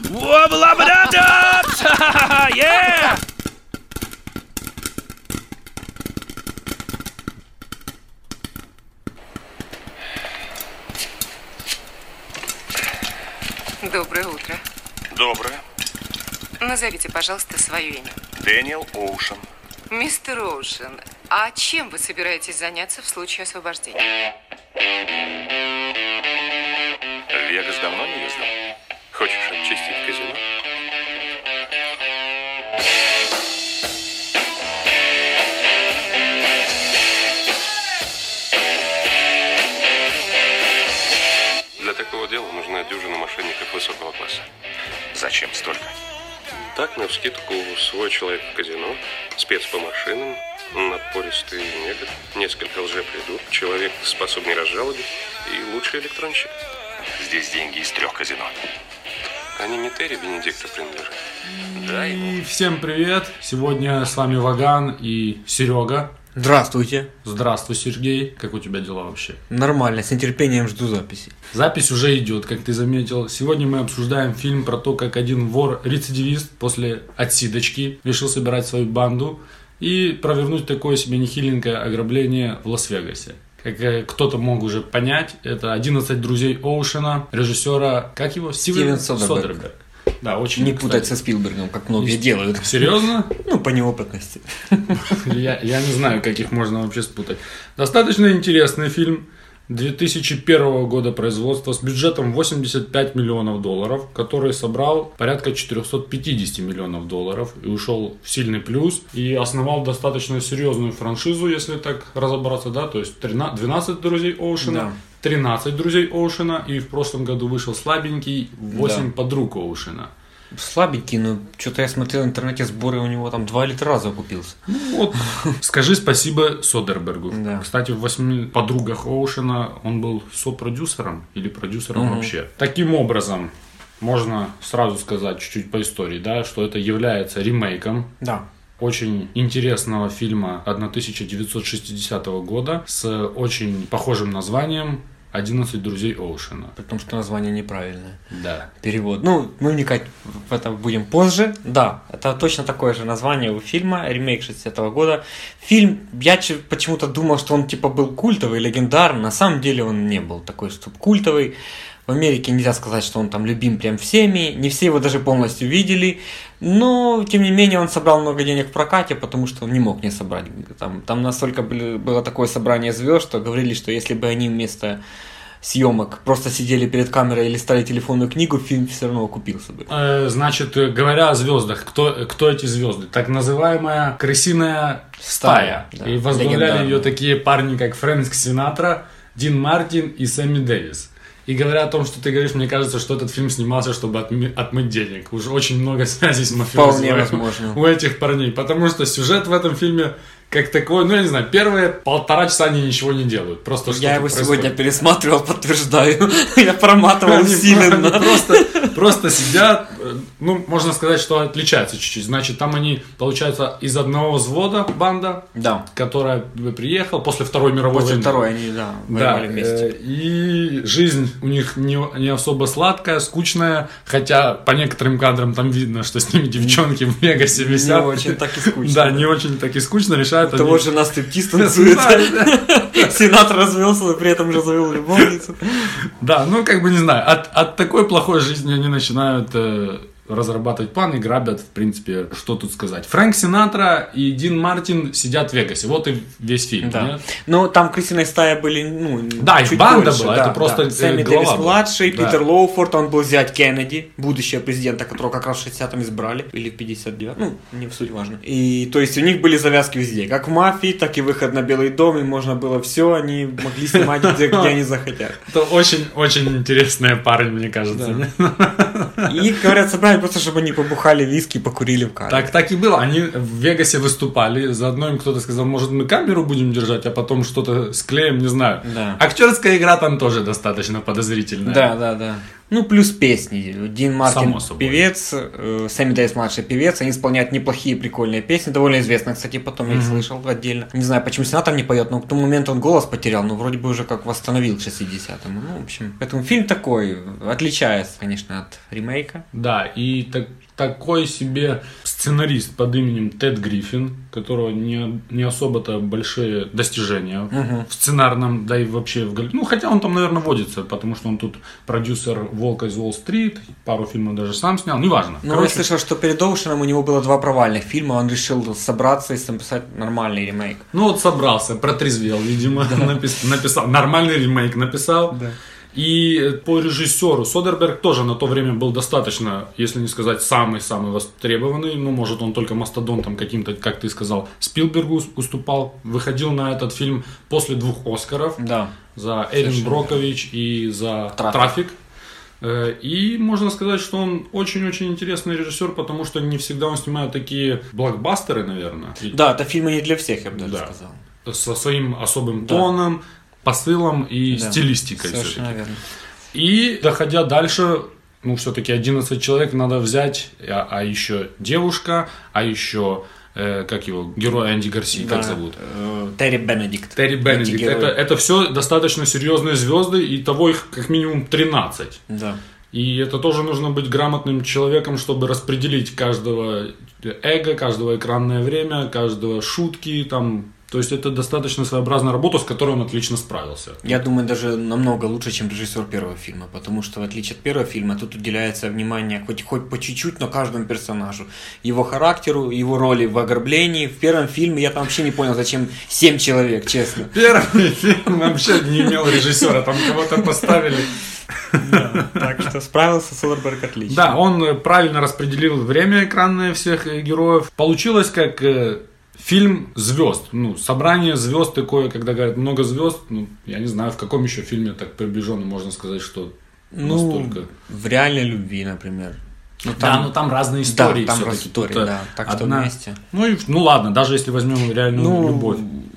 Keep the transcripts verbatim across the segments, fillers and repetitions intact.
Wobble-up-a-dub-dubs! Yeah! Доброе утро. Доброе. Назовите, пожалуйста, свое имя. Дэниел Оушен. Мистер Оушен, а чем вы собираетесь заняться в случае освобождения? В Вегас давно не ездил? Хочешь обчистить казино? Для такого дела нужна дюжина мошенников высокого класса. Зачем столько? Так, навскидку, свой человек в казино, спец по машинам, напористый негр, несколько лжепридур, человек, способный разжалобить, и лучший электронщик. Здесь деньги из трех казино. Они не Терри Бенедикту принадлежат? Да, ему. И всем привет! Сегодня с вами Ваган и Серега. Здравствуйте. Здравствуй, Сергей. Как у тебя дела вообще? Нормально, с нетерпением жду записи. Запись уже идет, как ты заметил. Сегодня мы обсуждаем фильм про то, как один вор-рецидивист после отсидочки решил собирать свою банду и провернуть такое себе нехиленькое ограбление в Лас-Вегасе. Как кто-то мог уже понять, это одиннадцать друзей Оушена, режиссера, как его? Стивен Содерберг. Содерберг. Да, очень, Не кстати, путать со Спилбергом, как многие делают. Серьезно? Ну, по неопытности. Я, я не знаю, как их можно вообще спутать. Достаточно интересный фильм две тысячи первого года производства с бюджетом восемьдесят пять миллионов долларов, который собрал порядка четыреста пятьдесят миллионов долларов и ушел в сильный плюс и основал достаточно серьезную франшизу, если так разобраться, да, то есть двенадцать друзей Оушена, да. тринадцать друзей Оушена, и в прошлом году вышел слабенький восемь да. подруг Оушена. Слабенький, но что-то я смотрел в интернете, сборы у него там два или три раза окупился. Ну вот, скажи спасибо Содербергу. Да. Кстати, в «Восьми подругах Оушена» он был сопродюсером или продюсером угу. вообще. Таким образом, можно сразу сказать чуть-чуть по истории, да, что это является ремейком. Да. Очень интересного фильма тысяча девятьсот шестидесятого года с очень похожим названием «одиннадцать друзей Оушена». Потому что название неправильное. Да. Перевод. Ну, мы вникать в это будем позже. Да, это точно такое же название у фильма, ремейк шестидесятого года. Фильм, я почему-то думал, что он типа был культовый, легендарный. На самом деле он не был такой, чтобы культовый. В Америке нельзя сказать, что он там любим прям всеми. Не все его даже полностью видели. Но, тем не менее, он собрал много денег в прокате, потому что он не мог не собрать. Там, там настолько были, было такое собрание звезд, что говорили, что если бы они вместо съемок просто сидели перед камерой и листали телефонную книгу, фильм все равно окупился бы. Э, значит, говоря о звездах, кто, кто эти звезды? Так называемая крысиная стая. стая да. И возглавляли ее такие парни, как Фрэнк Синатра, Дин Мартин и Сэмми Дэвис. И говоря о том, что ты говоришь, мне кажется, что этот фильм снимался, чтобы отмыть, отмыть денег. Уже очень много связей с мафиозами у этих парней. Потому что сюжет в этом фильме как такой, ну я не знаю, первые полтора часа они ничего не делают. Просто я его происходит. Сегодня пересматривал, подтверждаю. Я проматывал усиленно. Просто, просто сидят, ну можно сказать, что отличается чуть-чуть. Значит, там они, получается, из одного взвода банда, да. которая приехала после Второй мировой после войны. После Второй они, да, воевали да, вместе. И жизнь у них не, не особо сладкая, скучная, хотя по некоторым кадрам там видно, что с ними девчонки в Вегасе висят. Не очень так и скучно. Да, не очень так и скучно, решают. У того жена стриптиз танцует. Сенатор развелся, но при этом же завел любовницу. Да, ну как бы не знаю, от, от такой плохой жизни они начинают э, разрабатывать планы, грабят, в принципе, что тут сказать. Фрэнк Синатра и Дин Мартин сидят в Вегасе, вот и весь фильм. Да. Но там крысиная стая были, ну, да, чуть их банда больше, была, да, это просто да. Сэмми глава Дэвис младший, да. Питер Лоуфорд, он был зять Кеннеди, будущего президента, которого как раз в шестидесятом избрали, или в пятьдесят девятом, ну, не в суть важно. И, то есть, у них были завязки везде, как в «Мафии», так и выход на Белый дом, и можно было все, они могли снимать где, где они захотят. Это очень-очень интересные парни, мне кажется. И их, говорят, собрали просто, чтобы они побухали виски, покурили в камере. Так, так и было. Они в Вегасе выступали. Заодно им кто-то сказал, может, мы камеру будем держать, а потом что-то склеим, не знаю. Да. Актерская игра там тоже достаточно подозрительная. Да, да, да. Ну, плюс песни. Дин Мартин певец, э, Сэмми Дэвис младший певец, они исполняют неплохие прикольные песни, довольно известные, кстати, потом mm-hmm. я их слышал отдельно. Не знаю, почему Синатор не поет, но к тому моменту он голос потерял, но вроде бы уже как восстановил к шестидесятым. Ну, в общем, поэтому фильм такой, отличается, конечно, от ремейка. Да, и так, такой себе сценарист под именем Тед Гриффин, которого не, не особо-то большие достижения uh-huh. в сценарном, да и вообще в Голливуде. Ну, хотя он там, наверное, водится, потому что он тут продюсер «Волка из Уолл-стрит», пару фильмов даже сам снял, неважно. Ну, Короче... я слышал, что перед Оушеном у него было два провальных фильма, он решил собраться и написать нормальный ремейк. Ну, вот собрался, протрезвел, видимо, написал, нормальный ремейк написал. Да. И по режиссеру Содерберг тоже на то время был достаточно, если не сказать самый-самый востребованный. Ну, может, он только мастодонтом каким-то, как ты сказал, Спилбергу уступал. Выходил на этот фильм после двух Оскаров. Да. За Эрин Брокович и за Трафик. И можно сказать, что он очень-очень интересный режиссер, потому что не всегда он снимает такие блокбастеры, наверное. Да, это фильмы не для всех, я бы даже да. сказал. Со своим особым да. тоном, посылом и да, стилистикой. Совершенно верно. И доходя дальше, ну, все-таки одиннадцать человек надо взять, а, а еще девушка, а еще, э, как его, герой Энди Гарсии, да, как зовут? Э, Терри Бенедикт. Терри Бенедикт. Это, это все достаточно серьезные звезды, и того их как минимум тринадцать. Да. И это тоже нужно быть грамотным человеком, чтобы распределить каждого эго, каждого экранное время, каждого шутки, там... То есть это достаточно своеобразная работа, с которой он отлично справился. Я думаю, даже намного лучше, чем режиссер первого фильма, потому что в отличие от первого фильма тут уделяется внимание хоть, хоть по чуть-чуть, но каждому персонажу. Его характеру, его роли в ограблении. В первом фильме я там вообще не понял, зачем семь человек, честно. Первый фильм вообще не имел режиссера, там кого-то поставили. Да, так что справился Содерберг отлично. Да, он правильно распределил время экранное всех героев. Получилось как... Фильм звезд, ну, собрание звезд такое, когда говорят много звезд, ну, я не знаю, в каком еще фильме так приближенно можно сказать, что ну, настолько. В реальной любви, например. Ну, там, да, ну там разные истории. Да, там разные истории, да, так одна... что вместе. Ну, и, ну ладно, даже если возьмем реальную ну, любовь.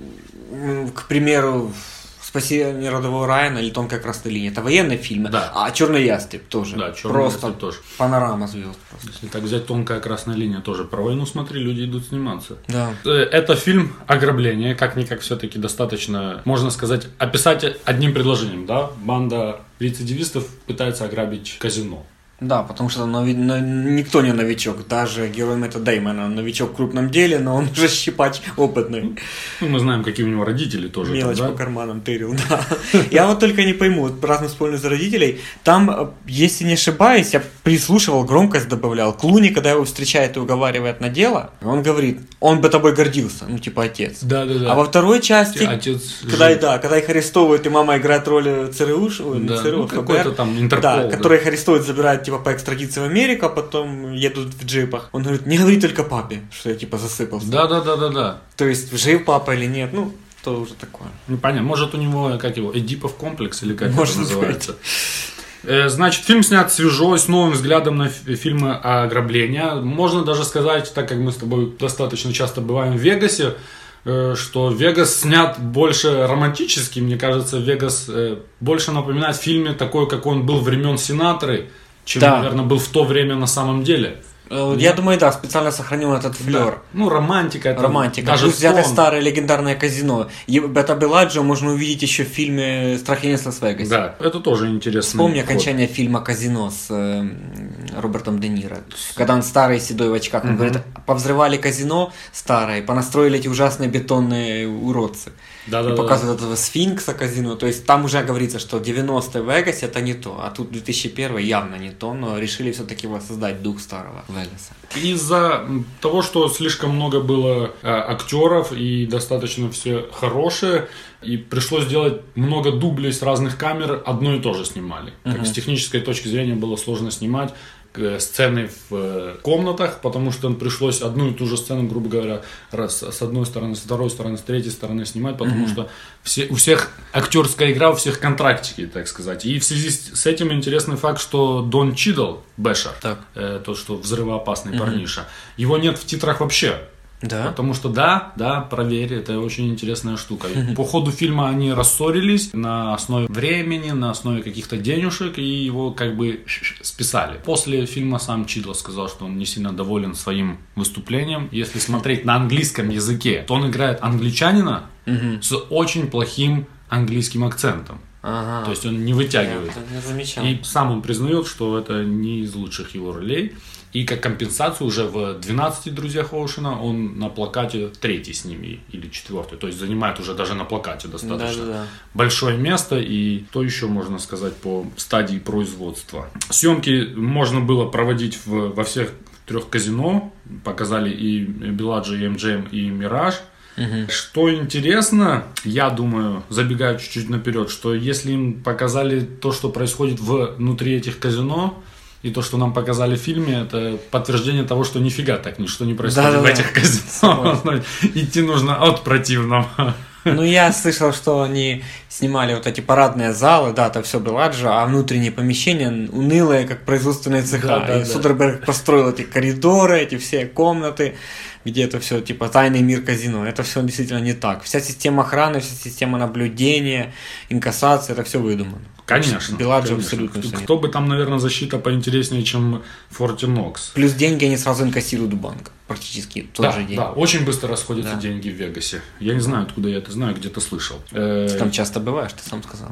К примеру, «Спасение рядового Райана» или «Тонкая красная линия». Это военные фильмы, да. А «Черный ястреб» тоже. Да, «Черный просто ястреб» тоже. Панорама звезд. Просто. Если так взять «Тонкая красная линия», тоже про войну, смотри, люди идут сниматься. Да. Это фильм ограбление, как-никак все-таки достаточно, можно сказать, описать одним предложением, да? Банда рецидивистов пытается ограбить казино. Да, потому что нови... но никто не новичок, даже герой Мэтта Дэймона, он новичок в крупном деле, но он уже щипач опытный. Ну, мы знаем, какие у него родители тоже. Мелочь там, да? по карманам тырил, да. Я вот только не пойму, вот разно вспомню за родителей, там, если не ошибаюсь, я прислушивал, громкость добавлял. Клуни, когда его встречает и уговаривает на дело, он говорит, он бы тобой гордился, ну, типа отец. Да, да, да. А во второй части, отец когда, да, когда их арестовывают, и мама играет роль ЦРУ, да, ЦРУ, ну, какой-то там Интерпол. Да, да. Который их арестуют, забирают, типа, по экстрадиции в Америку, а потом едут в джипах. Он говорит, не говори только папе, что я типа засыпался. Да, да, да, да, да. То есть жив папа или нет, ну, то уже такое. Ну, понятно. Может, у него, как его, Эдипов комплекс, или как Может это называется. Быть. Значит, фильм снят свежо, с новым взглядом на фильмы о ограблении. Можно даже сказать, так как мы с тобой достаточно часто бываем в Вегасе, что Вегас снят больше романтически. Мне кажется, Вегас больше напоминает фильме такой, как он был времен Синатры, чем, да. наверное, был в то время на самом деле. Я Нет? думаю, да, специально сохранил этот флер. Да. Ну, романтика. Это романтика. Даже плюс взято старое легендарное казино. Бета Белладжио можно увидеть еще в фильме «Страх и ненависть в Лас-Вегасе». Да, это тоже интересно. Вспомни ход. окончание фильма «Казино» с э, Робертом Де Ниро. Когда он старый, седой в очках. Он угу. говорит, повзрывали казино старое, понастроили эти ужасные бетонные уродцы. Да, и да, показывают да. этого сфинкса казино. То есть там уже говорится, что девяностые в Вегасе это не то, а тут две тысячи первый явно не то, но решили все-таки воссоздать дух старого Вегаса. Из-за того, что слишком много было э, актеров и достаточно все хорошие, и пришлось делать много дублей с разных камер, одно и то же снимали. Uh-huh. Как с технической точки зрения было сложно снимать сцены в комнатах, потому что пришлось одну и ту же сцену, грубо говоря, раз с одной стороны, с второй стороны, с третьей стороны снимать, потому mm-hmm. что все, у всех актерская игра, у всех контрактики, так сказать. И в связи с этим интересный факт, что Дон Чидл, Бэшер, э, тот, что взрывоопасный mm-hmm. парниша, его нет в титрах вообще. Да? Потому что да, да, проверь, это очень интересная штука. По ходу фильма они рассорились на основе времени, на основе каких-то денежек, и его как бы списали. После фильма сам Чидло сказал, что он не сильно доволен своим выступлением. Если смотреть на английском языке, то он играет англичанина угу. с очень плохим английским акцентом. Ага. То есть он не вытягивает. Я не замечал. И сам он признает, что это не из лучших его ролей. И как компенсацию уже в двенадцати друзьях Оушена он на плакате третий с ними или четвертый. То есть занимает уже даже на плакате достаточно Да-да-да. большое место. И то еще можно сказать по стадии производства. Съемки можно было проводить в, во всех трех казино. Показали и Белладжо, и эм джи эм, и Мираж. Угу. Что интересно, я думаю, забегая чуть-чуть наперед, что если им показали то, что происходит внутри этих казино, и то, что нам показали в фильме, это подтверждение того, что нифига так ничто не происходит да, в да, этих да. казино. Идти нужно от противного. Ну, я слышал, что они снимали вот эти парадные залы, да, это все Белладжо, а внутренние помещения унылые, как производственные цеха. Да, да, и да. Содерберг построил эти коридоры, эти все комнаты, где это все типа тайный мир казино. Это все действительно не так. Вся система охраны, вся система наблюдения, инкассации, это все выдумано. Конечно. Белладжо абсолютно кто, все. Кто бы там, наверное, защита поинтереснее, чем Фортинокс. Плюс деньги они сразу инкассируют в банк. Практически тот да, же день. Да, очень быстро расходятся да. деньги в Вегасе. Я не знаю, откуда я это знаю, где-то слышал. Ты там часто бываешь, ты сам сказал.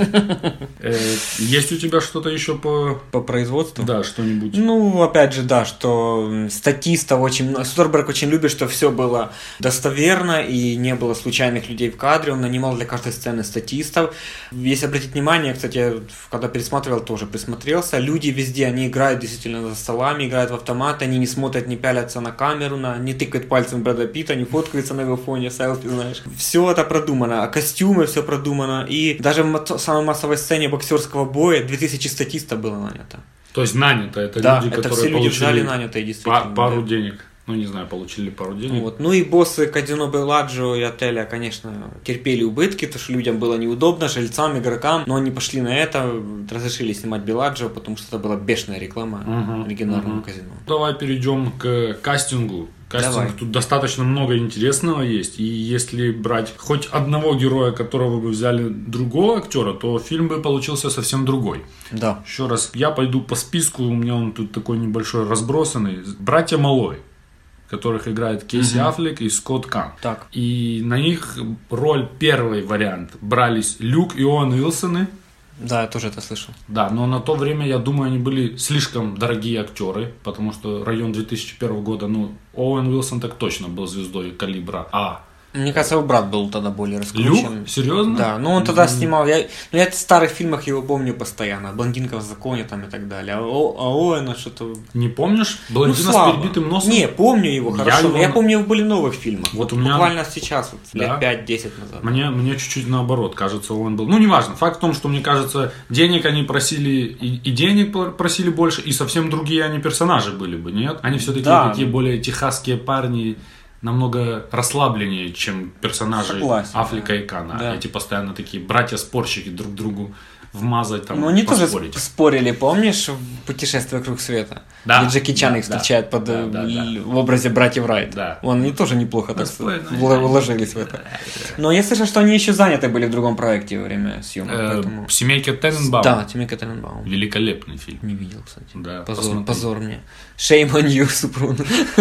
Есть у тебя что-то еще по... По производству? Да, что-нибудь. Ну, опять же, да, что статистов очень много. Содерберг очень любит, что все было достоверно и не было случайных людей в кадре. Он нанимал для каждой сцены статистов. Если обратить внимание, кстати, когда пересматривал, тоже присмотрелся. Люди везде, они играют действительно за столами, играют в автоматы, они не смотрят, не пялятся на камеру, на, не тыкают пальцем Брэда Питта, не фоткаются на его фоне, селфи, знаешь. Все это продумано, а костюмы все продумано. И даже в самой массовой сцене боксерского боя две тысячи статистов было нанято. То есть нанято, это да, люди, это которые все люди получили в зале нанятые, действительно. Пару да. денег. Ну, не знаю, получили пару денег. Вот. Ну и боссы казино Белладжо и отеля, конечно, терпели убытки, потому что людям было неудобно, жильцам, игрокам, но они пошли на это, разрешили снимать Белладжо, потому что это была бешеная реклама uh-huh, легендарному uh-huh. казино. Давай перейдем к кастингу. Кастинг Давай. Тут достаточно много интересного есть. И если брать хоть одного героя, которого бы взяли другого актера, то фильм бы получился совсем другой. Да. Еще раз, я пойду по списку, у меня он тут такой небольшой разбросанный. Братья Малой, которых играет Кейси угу. Аффлек и Скотт Кан. Так. И на них роль, первый вариант, брались Люк и Оуэн Уилсоны. Да, я тоже это слышал. Да, но на то время, я думаю, они были слишком дорогие актеры, потому что район две тысячи первого года, ну, Оуэн Уилсон так точно был звездой калибра А. Мне кажется, его брат был тогда более раскручен. Люк? Серьезно? Да, но он тогда mm-hmm. снимал, я, ну, я в старых фильмах его помню постоянно, «Блондинка в законе» там и так далее, а, а Оуэна что-то... Не помнишь? «Блондина ну, с перебитым носом»? Не, помню его, хорошо, я, его... я помню его были в новых фильмах, вот у меня... буквально сейчас, вот, да? лет пять-десять назад. Мне, мне чуть-чуть наоборот, кажется, Оуэн был... Ну, неважно, факт в том, что, мне кажется, денег они просили, и, и денег просили больше, и совсем другие они персонажи были бы, нет? Они все-таки да. такие более техасские парни... намного расслабленнее, чем персонажи Согласен, Аффлека да. и Кана. Да. Эти постоянно такие братья-спорщики друг другу вмазать, там, ну, они поспорить. тоже спорили, помнишь, в «Путешествие вокруг света»? Да. Где Джеки Чан да, их встречает да, под, да, да, да. в образе братьев Райт. Да. Вон, они тоже неплохо так Спорно, вложились в это. Но я слышал, что они еще заняты были в другом проекте во время съемок. Э, поэтому... «Семейка Тененбаум». Да, «Семейка Тененбаум». Великолепный фильм. Не видел, кстати. Да, позор, позор мне. Shame on you, Супрун.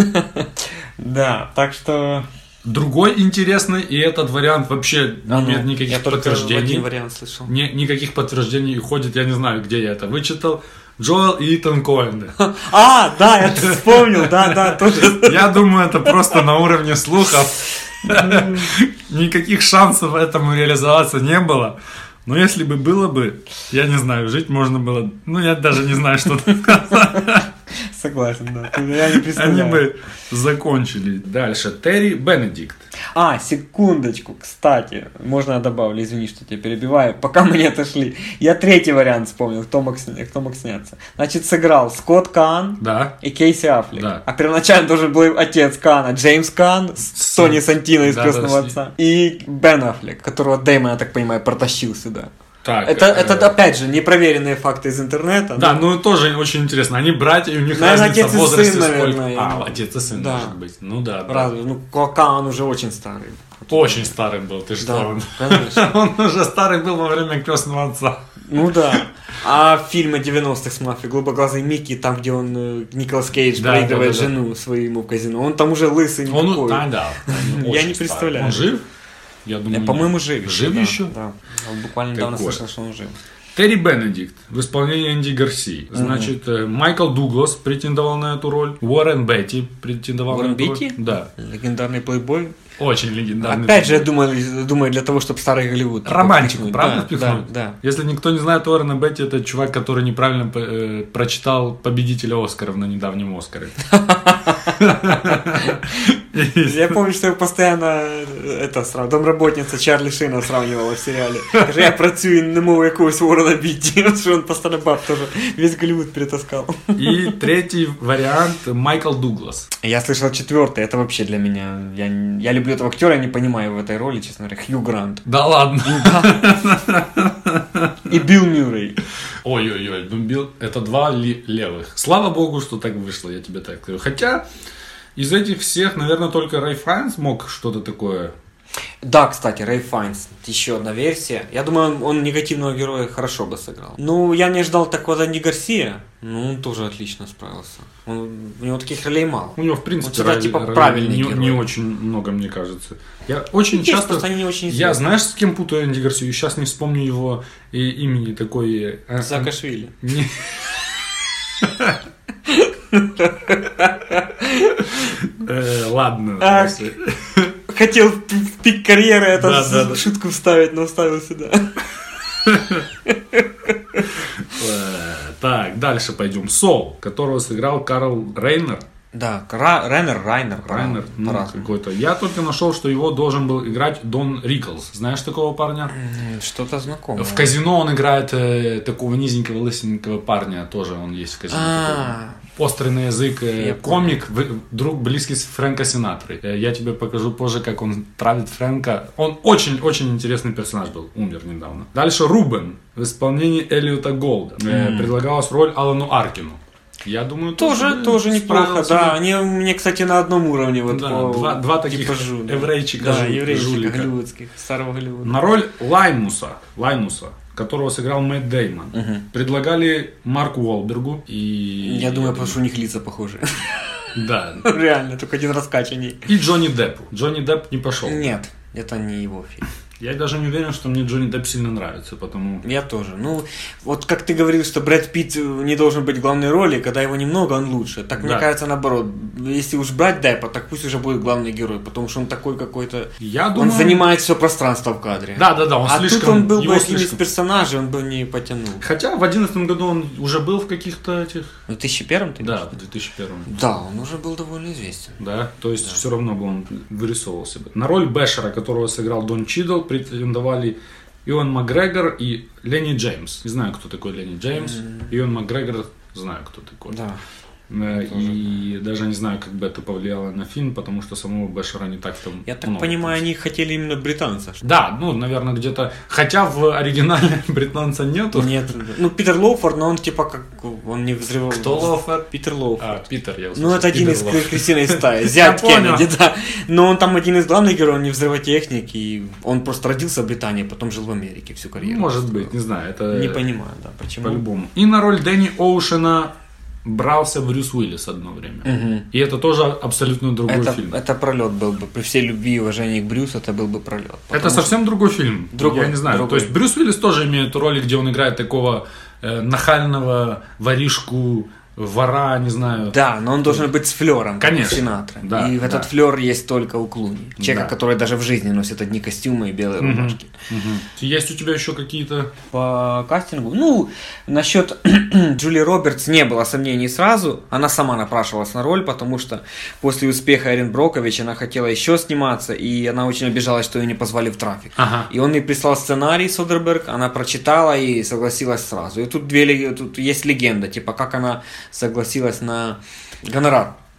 Да, так что... Другой интересный, и этот вариант вообще а не ну, имеет никаких я подтверждений. Один вариант слышал. Не, никаких подтверждений ходит, я не знаю, где я это вычитал. Джоэл и Итан Коэн. А, да, я вспомнил, да, да, тоже. Я думаю, это просто на уровне слухов. Никаких шансов этому реализоваться не было. Но если бы было бы, я не знаю, жить можно было... Ну, я даже не знаю, что сказать. Согласен, да. Я не представляю. Они бы закончили. Дальше. Терри Бенедикт. А, секундочку, кстати. Можно я добавлю, извини, что тебя перебиваю. Пока мы не отошли. Я третий вариант вспомнил, кто мог, кто мог сняться. Значит, сыграл Скотт Кан да. и Кейси Аффлек. Да. А первоначально должен был отец Кана, Джеймс Кан, с Тони Сантино из да, «Крестного да, отца». И Бен Аффлек, которого Дэймон, я так понимаю, протащил сюда. Так, Это, э, это, опять же, непроверенные факты из интернета. Да, но... ну тоже очень интересно. Они братья, и у них Наверное, разница отец в и возрасте сын, сколько. наверное, А, ну, отец и сын, да. может быть. Ну да, да. Разве? Ну, Каан уже очень старый. Очень старый был, ты что? Да, Он, конечно. он уже старый был во время крестного отца. Ну да. А фильмы девяностых с мафией «Голубоглазый Микки», там, где он, э, Николас Кейдж Да, проигрывает да, да, да. жену своему в казино, он там уже лысый Он, никакой. да, да. он Я очень не старый. представляю. Он жив? Я думаю, Я, по-моему, жив. Жив да, еще? Да. Вот буквально недавно Такое. слышал, что он жив. Терри Бенедикт в исполнении Энди Гарси. Значит, э, Майкл Дуглас претендовал на эту роль. Уоррен Бетти претендовал Уоррен на эту Бетти? роль. Да. Легендарный плейбой. Очень легендарный. Опять же, я фильм. думаю, думаю, для того, чтобы старый Голливуд. типа, Романтику, впихнуть. правда, Да, впихнуть? Да, да. Если никто не знает, Уоррена Бетти это чувак, который неправильно э, прочитал победителя Оскаров на недавнем Оскаре. Я помню, что я постоянно это, срав... домработница Чарлі Шина сравнивала в сериале. Каже, я працюю не мову якогось Уоррена Бітті, що він постоянно баб тоже весь Голливуд перетаскал. И третий вариант Майкл Дуглас. Я слышал четвертый, это вообще для меня. Я, я люблю этого актера, я не понимаю в этой роли, честно говоря. Хью Грант. Да ладно. И Билл Мюррей. Ой-ой-ой, ну, Билл, это два ли- левых. Слава богу, что так вышло, я тебе так скажу. Хотя из этих всех, наверное, только Рэй Файнс мог что-то такое. Да, кстати, Рэй Файнс, еще одна версия. Я думаю, он, он негативного героя хорошо бы сыграл. Ну, я не ждал такого Данди Гарсия, но он тоже отлично справился. Он, у него таких ролей мало. У него, в принципе, Он всегда, ролей- типа, ролей правильный не, герой. не очень много, мне кажется. Я очень Есть, часто... просто они не очень Я, известны. знаешь, с кем путаю Энди Гарсию? Сейчас не вспомню его и, имени такой... э, Саакашвили. Не- Э, Ладно. А, если- Хотел в в пик карьеры это Да, с- да, да. шутку вставить, но вставил сюда. Э, Так, дальше пойдем. Сол, которого сыграл Карл Рейнер. Да, Ра- Райнер, Райнер. Райнер, по- ну, по-разному. какой-то. Я только нашел, что его должен был играть Дон Риклс. Знаешь такого парня? М, Что-то знакомое. В казино он играет э, такого низенького, лысенького парня. Тоже он есть в казино. такой. А, Острый на язык э, Я комик, в- друг близкий с Фрэнка Синатры. Э, Я тебе покажу позже, как он травит Фрэнка. Он очень-очень интересный персонаж был, умер недавно. Дальше Рубен в исполнении Эллиота Голда. Э, Предлагалась роль Алану Аркину. Я думаю, Тоже, бы тоже неплохо, справился да. бы. Они у меня, кстати, на одном уровне. Вот Да, по два- два таких типажу, да. еврейчика, Да, жу- еврейчика жулика. голливудских, старого Голливуда. На роль Лаймуса, Лаймуса, которого сыграл Мэтт Деймон, предлагали Марку Уолбергу и... Я думаю, потому что у них лица похожи. Да. Реально, только один раскачанный. И Джонни Деппу. Джонни Депп не пошел. Нет, это не его фильм. Я даже не уверен, что мне Джонни Депп сильно нравится, потому... Я тоже. Ну, вот как ты говорил, что Брэд Питт не должен быть в главной роли, когда его немного, он лучше. Так Да. мне кажется, наоборот. Если уж брать Деппа, так пусть уже будет главный герой, потому что он такой какой-то... Я Он думаю... занимает все пространство в кадре. Да, да, да, он а слишком... тут он был бы его одним из слишком. персонажей, он бы не потянул. Хотя в две тысячи одиннадцатом году он уже был в каких-то этих... В две тысячи первом ты Да, имеешь в в виду? две тысячи первом. Да, он уже был довольно известен. Да, то есть все равно бы он вырисовывался бы. На роль Бэшера, которого сыграл Дон Чидл, претендовали Иоанн Макгрегор и Ленни Джеймс. Не знаю, кто такой Ленни Джеймс. Иоанн Макгрегор, знаю, кто такой. Да. Э, И даже не знаю, как бы это повлияло на фильм, потому что самого Бэшера не так-то Я так много. понимаю, они хотели именно британца. что- Да, ну, наверное, где-то... Хотя в оригинале британца нету. Нет, ну Питер Лоуфорд, но он типа как, он не взрывал. Кто Лоуфорд? Питер Лоуфорд. А, Питер, я услышал. Ну, это один Питер из Лоуфорд. крысиной стаи, зять Я понял. Кеннеди, да. Но он там один из главных героев, он не взрывотехник, и он просто родился в Британии, потом жил в Америке всю карьеру. Может быть, не знаю. Это Не понимаю, да, почему. по-любому. И на роль Дэнни Оушена брался Брюс Уиллис одно время. Мгм. И это тоже абсолютно другой Это, фильм. это пролет был бы. При всей любви и уважении к Брюсу, это был бы пролет. Это Потому совсем другой фильм. Другой, Я не знаю. другой. То есть Брюс Уиллис тоже имеет роли, где он играет такого э, нахального воришку, вора, не знаю. Да, но он должен быть с флером, как у Конечно, Синатры. да, и да. этот флер есть только у Клуни. Человека, Да. который даже в жизни носит одни костюмы и белые Мгм. рубашки. Мгм. Есть у тебя еще какие-то... По кастингу. Ну, насчет Джули Робертс не было сомнений сразу. Она сама напрашивалась на роль, потому что после успеха Эрин Брокович она хотела еще сниматься, и она очень обижалась, что ее не позвали в «Трафик». Ага. И он ей прислал сценарий Содерберг, она прочитала и согласилась сразу. И тут, две, лег- тут есть легенда, типа как она согласилась на гонорар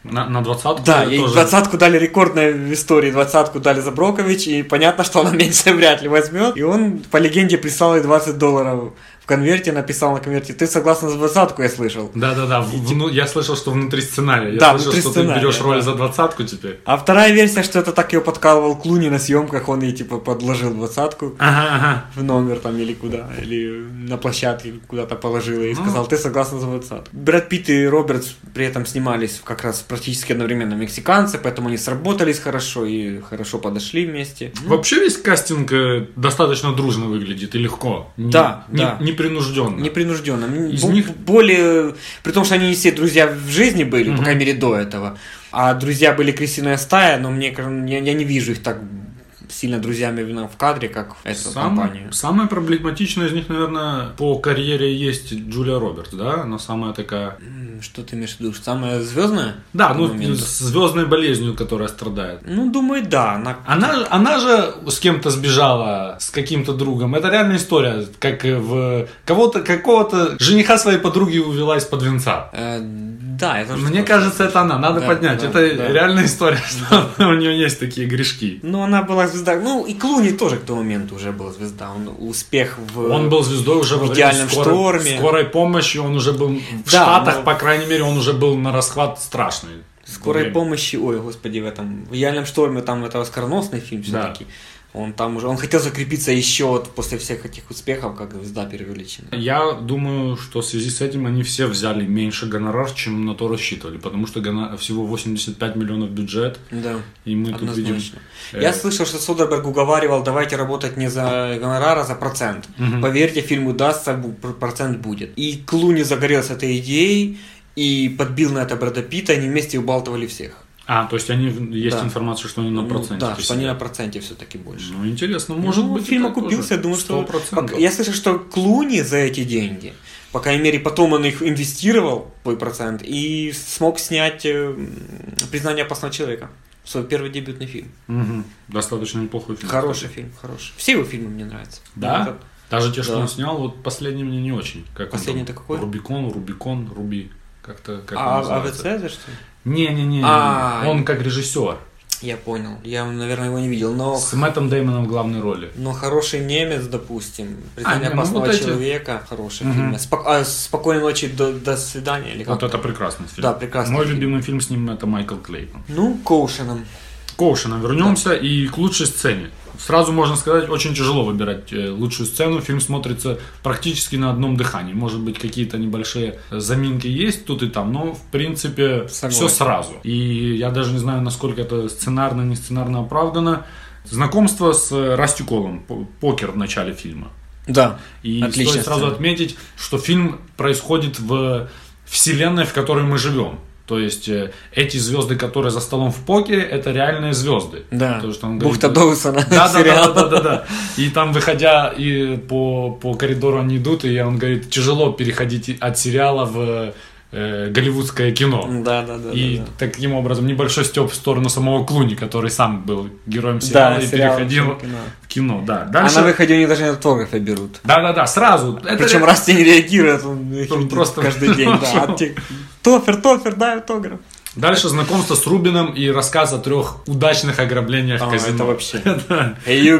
На, на двадцатку? Да, ей тоже... двадцатку дали рекордной в истории, двадцатку дали за Брокович, и понятно, что она меньше вряд ли возьмет. И он, по легенде, прислал ей двадцать долларов в конверте, написал на конверте: ты согласна за двадцатку, я слышал. Да-да-да, в, я слышал, что внутри сценария. Я да, слышал, внутри что сценария, ты берешь роль да. за двадцатку теперь. А вторая версия, что это так ее подкалывал Клуни на съемках, он ей типа подложил двадцатку ага, ага. в номер там или куда, или на площадке куда-то положил и сказал: ты согласна за двадцатку. Брэд Питт и Робертс при этом снимались как раз практически одновременно мексиканцы, поэтому они сработались хорошо и хорошо подошли вместе. Вообще весь кастинг достаточно дружно выглядит и легко. Да, не, да. Не, непринужденно. Непринужденно. Из Бо- них... Более... При том, что они не все друзья в жизни были, Mm-hmm. по крайней мере, до этого. А друзья были Крысиная стая, но мне кажется, я, я не вижу их так сильно друзьями именно в кадре, как эту Сам, компанию. Самая проблематичная из них, наверное, по карьере есть Джулия Робертс, да? Она самая такая... Что ты имеешь в виду? Самая звездная? Да, ну, с звездной болезнью, которая страдает. Ну, думаю, да. Она... Она, она же с кем-то сбежала, с каким-то другом. Это реальная история. Как в кого-то, какого-то жениха своей подруги увела из-под венца. Э, да, это Мне кажется, это она. Надо да, поднять. да, это да. реальная история, что у нее есть такие грешки. Ну, она была звезда. Ну, и Клуни тоже к тому моменту уже был звезда. Он успех в... Он был звездой уже в во идеальном время скорой, шторме. скорой помощи. Он уже был в Да, Штатах, но... по крайней мере, он уже был на расхват страшный. Скорой время. помощи, ой, господи, в этом в идеальном шторме, там это оскароносный фильм все-таки. Да. Он там уже, он хотел закрепиться еще вот после всех этих успехов, как звезда преувеличена. Я думаю, что в связи с этим они все взяли меньше гонорар, чем на то рассчитывали, потому что гонор... всего восемьдесят пять миллионов бюджет. Да. И мы однозначно. тут видим. Я слышал, что Содерберг уговаривал: давайте работать не за гонорар, а за процент. Угу. Поверьте, фильм удастся, процент будет. И Клуни загорелся этой идеей и подбил на это Брэда Питта, они вместе убалтывали всех. А, то есть они, есть да. информация, что они на проценте. Ну, да, что они на проценте все-таки больше. Ну, интересно, может ну, быть. Фильм окупился, я думаю, сто процентов. что... Я слышал, что Клуни за эти деньги, по крайней мере, потом он их инвестировал, твой процент, и смог снять э, «Признание опасного человека». Свой первый дебютный фильм. Угу. Достаточно неплохой фильм. Хороший фильм, хороший. Все его фильмы мне нравятся. Да? Этот... Даже те, что да. он снял, вот последний мне не очень. Как последний-то какой? Рубикон, Рубикон, Руби. Как-то как а он называется. АВЦ, что ли? Не-не-не, А, он как режиссер. Я понял. Я, наверное, его не видел, но... С Мэттом Дэймоном в главной роли. Но «Хороший немец», допустим, «Признание а, не, опасного ну, вот человека», эти... хороший угу. фильм. Спок... А, «Спокойной ночи, до, до свидания». Или вот как это прекрасный фильм. Да, прекрасный Мой фильм. любимый фильм с ним это Майкл Клейтон. Ну, к Оушенам. К Оушенам вернемся, да. И к лучшей сцене. Сразу можно сказать, очень тяжело выбирать лучшую сцену. Фильм смотрится практически на одном дыхании. Может быть, какие-то небольшие заминки есть тут и там, но в принципе Согласен. Все сразу. И я даже не знаю, насколько это сценарно, не сценарно оправдано. Знакомство с Расти Колом, покер в начале фильма. Да, и отлично. Стоит сразу отметить, что фильм происходит в вселенной, в которой мы живем. То есть э, эти звезды, которые за столом в покере, это реальные звезды. Да. То, что он Бухта говорит, Доусона. Да, да, да, да, да, да. И там, выходя и по, по коридору, они идут, и он говорит, тяжело переходить от сериала в э, голливудское кино. Да, да, да. И да, да. таким образом небольшой стёб в сторону самого Клуни, который сам был героем сериала, да, и сериал переходил в кино. в кино. Да. Дальше... А на выходе они даже автографы берут. Да, да, да, сразу. Причем это... раз не реагирует, он, он просто каждый день. Да. Тофер, Тофер, дай автограф. Дальше знакомство с Рубином и рассказ о трех удачных ограблениях а, казино. Это вообще. Hey, you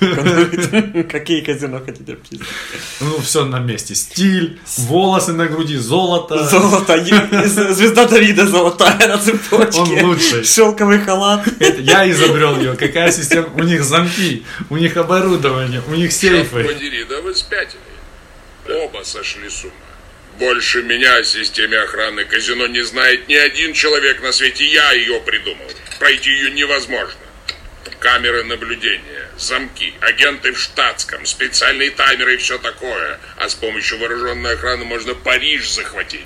guys. Какие казино хотите пить? Ну, все на месте. Стиль, волосы на груди, золото. Золото. Звезда Давида золотая на цепочке. Он лучший. Шелковый халат. Это я изобрел ее. Какая система? У них замки, у них оборудование, у них сейфы. Черт подери, да вы спятили. Оба сошли с ума. Больше меня о системе охраны казино не знает ни один человек на свете. Я ее придумал. Пройти ее невозможно. Камеры наблюдения, замки, агенты в штатском, специальные таймеры и все такое. А с помощью вооруженной охраны можно Париж захватить.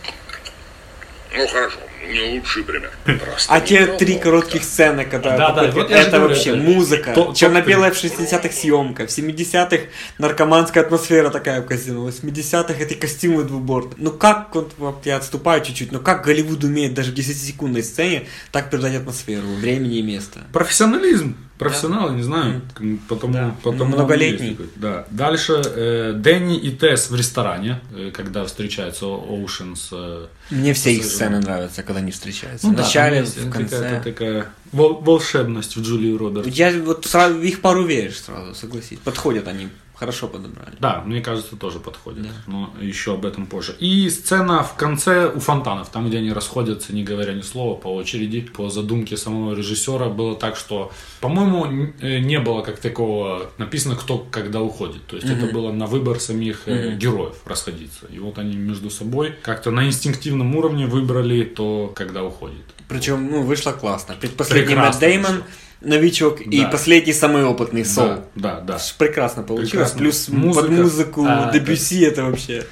Ну хорошо, не лучший пример. Просто а те три коротких сцены, когда да, да, вот это вообще это... музыка, то, черно-белая в шестидесятых съемка, в семидесятых наркоманская атмосфера такая в казино, в восьмидесятых эти костюмы двубортные. Ну как, вот, я отступаю чуть-чуть, но как Голливуд умеет даже в десятисекундной сцене так передать атмосферу, времени и места? Профессионализм. профессионалы, да. Не знаю, потому, да. потому многолетний. Да. Дальше э, Дэнни и Тесс в ресторане, э, когда встречается Оушен с... Э, Мне все их с, сцены нравятся, когда они встречаются. Ну, в начале, да, в конце. Какая-то такая вол- волшебность в Джулии Робертс. Я вот сразу, их пару веришь сразу, согласись. Подходят они. Хорошо подобрали. Да, мне кажется, тоже подходит. Да. Но еще об этом позже. И сцена в конце у фонтанов, там, где они расходятся, не говоря ни слова, по очереди. По задумке самого режиссера было так, что, по-моему, не было как такого написано, кто когда уходит. То есть mm-hmm. это было на выбор самих mm-hmm. героев расходиться. И вот они между собой как-то на инстинктивном уровне выбрали то, когда уходит. Причем, ну, вышло классно. Предпоследний Мэтт Дэймон, новичок, да. И последний самый опытный Сол. Да, да, да. Прекрасно получилось. Прекрасно. Плюс Музыка. Под музыку а, Дебюсси это... это вообще...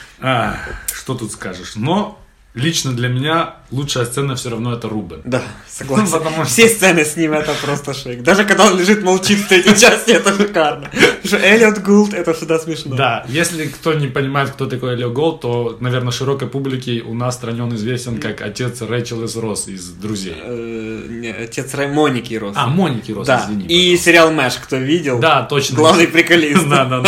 А, что тут скажешь? Но лично для меня лучшая сцена все равно это Рубен. Да, согласен. Ну, потому что... Все сцены с ним это просто шик. Даже когда он лежит, молчит в третьей части, это шикарно. Потому что Эллиот Гулд, это всегда смешно. Да, если кто не понимает, кто такой Эллиот Гулд, то, наверное, широкой публике у нас в стране он известен как отец Рэйчел из Росс из «Друзей». Отец Моники Росс. А, Моники Росс, да. извини. И сериал «Мэш», кто видел. Да, точно. Главный приколист. Да, да,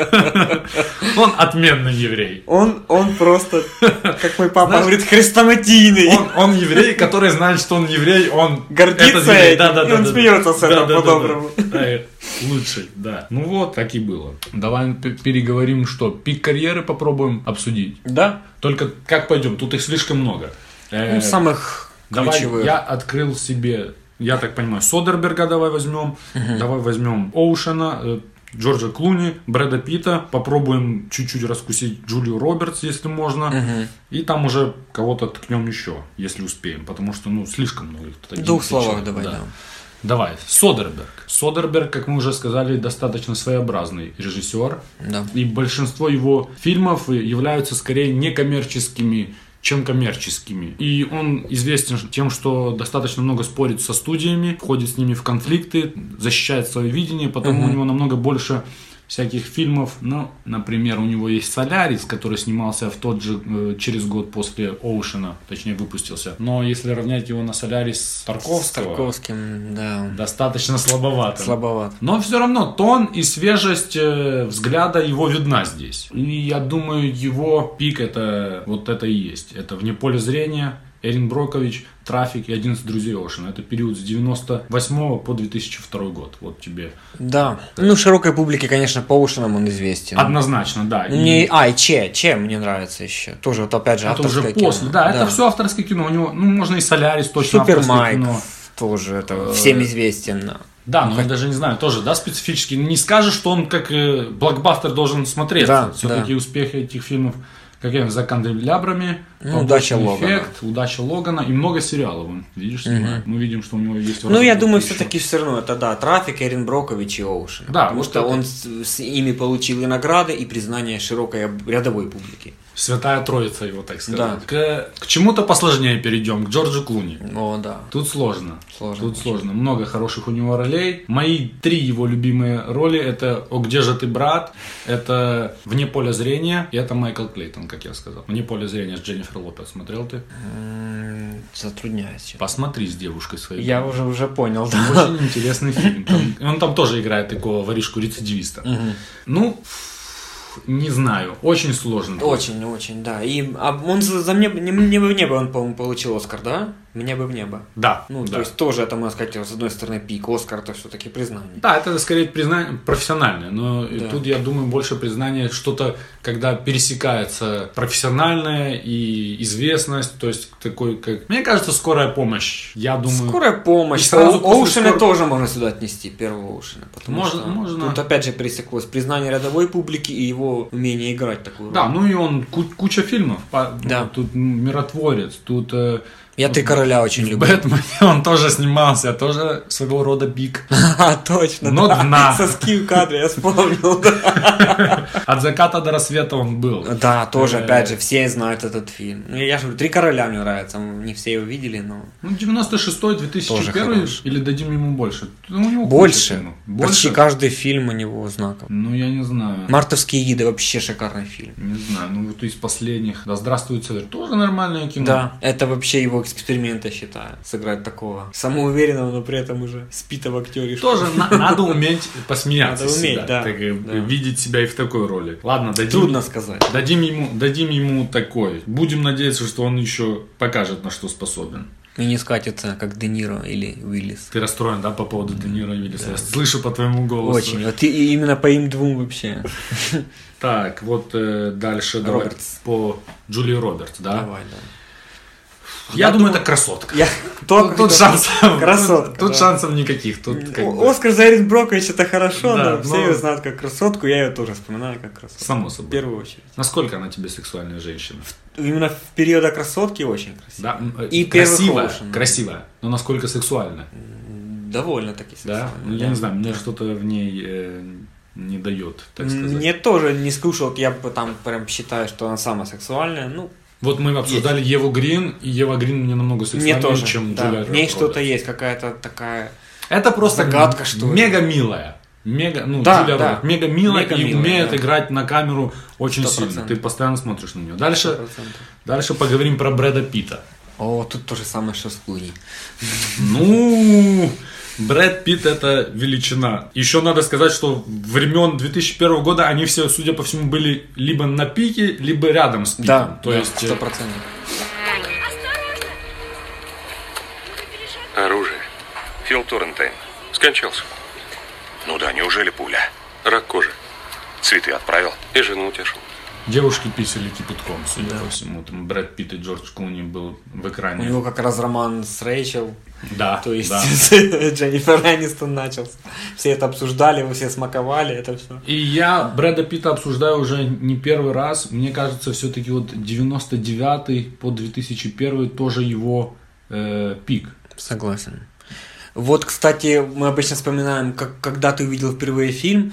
да. Он отменный еврей. Он, он просто, как мой папа говорит, хрестоматийный. Он, он еврей, который знает, что он еврей, он гордится этим, да, да, и да, он да, смеется да, с этого да, по-доброму. Да, да, да. Лучший, да. Ну вот, так и было. Давай переговорим, что пик карьеры попробуем обсудить. Да. Только как пойдем? Тут их слишком много. Ну, самых давай, ключевых. Я открыл себе, я так понимаю, Содерберга давай возьмем. Угу. Давай возьмем Оушена, Джорджа Клуни, Брэда Питта, попробуем чуть-чуть раскусить Джулию Робертс, если можно, угу. И там уже кого-то ткнем еще, если успеем, потому что, ну, слишком много. В двух словах давай, да. да. Давай, Содерберг. Содерберг, как мы уже сказали, достаточно своеобразный режиссер, да. И большинство его фильмов являются скорее некоммерческими, чем коммерческими. И он известен тем, что достаточно много спорит со студиями, входит с ними в конфликты, защищает свое видение, потому uh-huh. у него намного больше всяких фильмов. Ну, например, у него есть «Солярис», который снимался в тот же, э, через год после «Оушена», точнее, выпустился. Но если равнять его на «Солярис» Тарковского... С Тарковским, да. Достаточно слабовато. Слабовато. Но все равно тон и свежесть э, взгляда его видна здесь. И я думаю, его пик это вот это и есть. Это «Вне поля зрения», Эрин Брокович, «Трафик» и «одиннадцать друзей Оушена». Это период с девяносто восьмого по две тысячи второй год. Вот тебе. Да. Ну, широкой публике, конечно, по Оушенам он известен. Однозначно, да. Мне... И... А, и Че. Че мне нравится еще. Тоже, вот опять же, это авторское уже кино. после. Да, да, это все авторское кино. У него, ну, можно и «Солярис», точно Супер авторское Майк кино. Тоже это всем известен. Да, но ну, я даже не знаю, тоже, да, специфически. Не скажешь, что он как э, блокбастер должен смотреться. Да, все-таки да. успехи этих фильмов, как я «За канделябрами», ну, «Удача Логана», эффект, «Удача Логана» и много сериалов. Он, видишь, снимает. Угу. Мы видим, что у него есть... Ну, я думаю, все-таки все равно это, да, «Трафик», Эрин Брокович и Оушен. Да, потому вот что это... он с, с ими получил и награды, и признание широкой рядовой публики. Святая Троица его, так сказать. Да. К, к чему-то посложнее перейдем, к Джорджу Клуни. О, да. Тут сложно. Сложно. Тут сложно. Много хороших у него ролей. Мои три его любимые роли это «О, где же ты, брат?», это «Вне поля зрения» и это Майкл Клейтон, как я сказал. «Вне поля зрения» с Дженнифер Лопес. Смотрел ты? М-м, затрудняюсь. Посмотри с девушкой своей. Я уже, уже понял, да. Очень интересный фильм. Там, он там тоже играет такого воришку-рецидивиста. Угу. Ну... Не знаю, очень сложно. Очень, очень, да. И а он за, за мне, не, мне бы в небо он, по-моему, получил Оскар, да? Мне бы в небо. Да. Ну, да. то есть тоже это, можно сказать, с одной стороны пик. Оскар это все-таки признание. Да, это скорее признание профессиональное, но да. Тут я думаю больше признание что-то, когда пересекается профессиональное и известность, то есть такой как. Мне кажется, «Скорая помощь». Я думаю. «Скорая помощь». Сразу Оушена скор... тоже можно сюда отнести, первого Оушена. Можно, что можно. Тут опять же пересеклось признание рядовой публики и его умение играть такую роль. Да, ну и он куча фильмов. Да. Тут «Миротворец», тут. Я «Три короля» очень люблю. Бэтмен, он тоже снимался, тоже своего рода пик. А, точно. Но да. дна. Соски в кадре, я вспомнил. Да. От заката до рассвета он был. Да, тоже, опять же, все знают этот фильм. Ну, я же говорю, «Три короля» мне нравится, не все его видели, но... Ну, девяносто шестой, две тысячи первый, или дадим ему больше? Ну, у него больше. больше. Почти каждый фильм у него знаком. Ну, я не знаю. «Мартовские иды» вообще шикарный фильм. Не знаю, ну вот из последних. «Да здравствует Цезарь» тоже нормальное кино. Да, это вообще его эксперимент, я считаю, сыграть такого самоуверенного, но при этом уже спитого актера. Тоже на- надо уметь посмеяться Надо с уметь, себя, да, так, э, да. видеть себя и в такой роли. Ладно, дадим, Трудно сказать. дадим, ему, дадим ему такой. Будем надеяться, что он еще покажет, на что способен. И не скатится, как Де Ниро или Уиллис. Ты расстроен, да, по поводу Де Ниро и Уиллиса? Я слышу по твоему голосу. Очень. Вот и, и именно по им двум вообще. Так, вот э, дальше давай Робертс. по Джулии Робертс, да? Давай, да. Я, Я думаю, думаю- это красотка. Я... Тут, Только тут что- шансов, Красотка, тут да. шансов никаких. Тут как бы, Оскар за Эрин Брокович это хорошо, Да, но все но- ее знают как красотку, я ее тоже вспоминаю как красотку. само В собой. первую очередь. Насколько она тебе сексуальная женщина? Именно в периода красотки очень красиво. Да? м, э, И первых красивая, Оушен. красивая, но насколько сексуальная? Довольно-таки Да? сексуально. Ну, я да, не знаю, мне да. что-то в ней э, не дает, так сказать. Мне тоже не скучно, вот я бы там прям считаю, что она самая сексуальная. Ну, Вот мы обсуждали Еву Грин, и Ева Грин мне намного мне сексуальнее, тоже. чем Да, Джулия в ней Робертс. что-то есть, какая-то такая. Это просто Загадка, что ли. мега милая. Мега, ну, Да, Джулия да. Робертс мега милая Мега и милая, умеет да. играть на камеру очень Сто сильно. процентов. Ты постоянно смотришь на нее. Дальше, сто процентов. дальше поговорим про Брэда Питта. О, тут то же самое, что с Клуни. Ну, Брэд Питт это величина. Еще надо сказать, что времен две тысячи первого года они все, судя по всему, были либо на пике, либо рядом с пиком. Да, То да, есть, сто э, процентов. Оружие. Фил Торрентайн. Скончался. Ну да, неужели пуля? Рак кожи. Цветы отправил. И жену утешил. девушки писали кипятком, судя по всему. Там Брэд Питт и Джордж Клуни был в У экране. него как раз роман с Рэйчел, Да, то есть да. с Дженнифер Энистон начался. Все это обсуждали, вы все смаковали, это все. И я Брэда Питта обсуждаю уже не первый раз. Мне кажется, все-таки вот девяносто девятый по две тысячи первый тоже его э, пик. Согласен. Вот, кстати, мы обычно вспоминаем, как, когда ты увидел впервые фильм,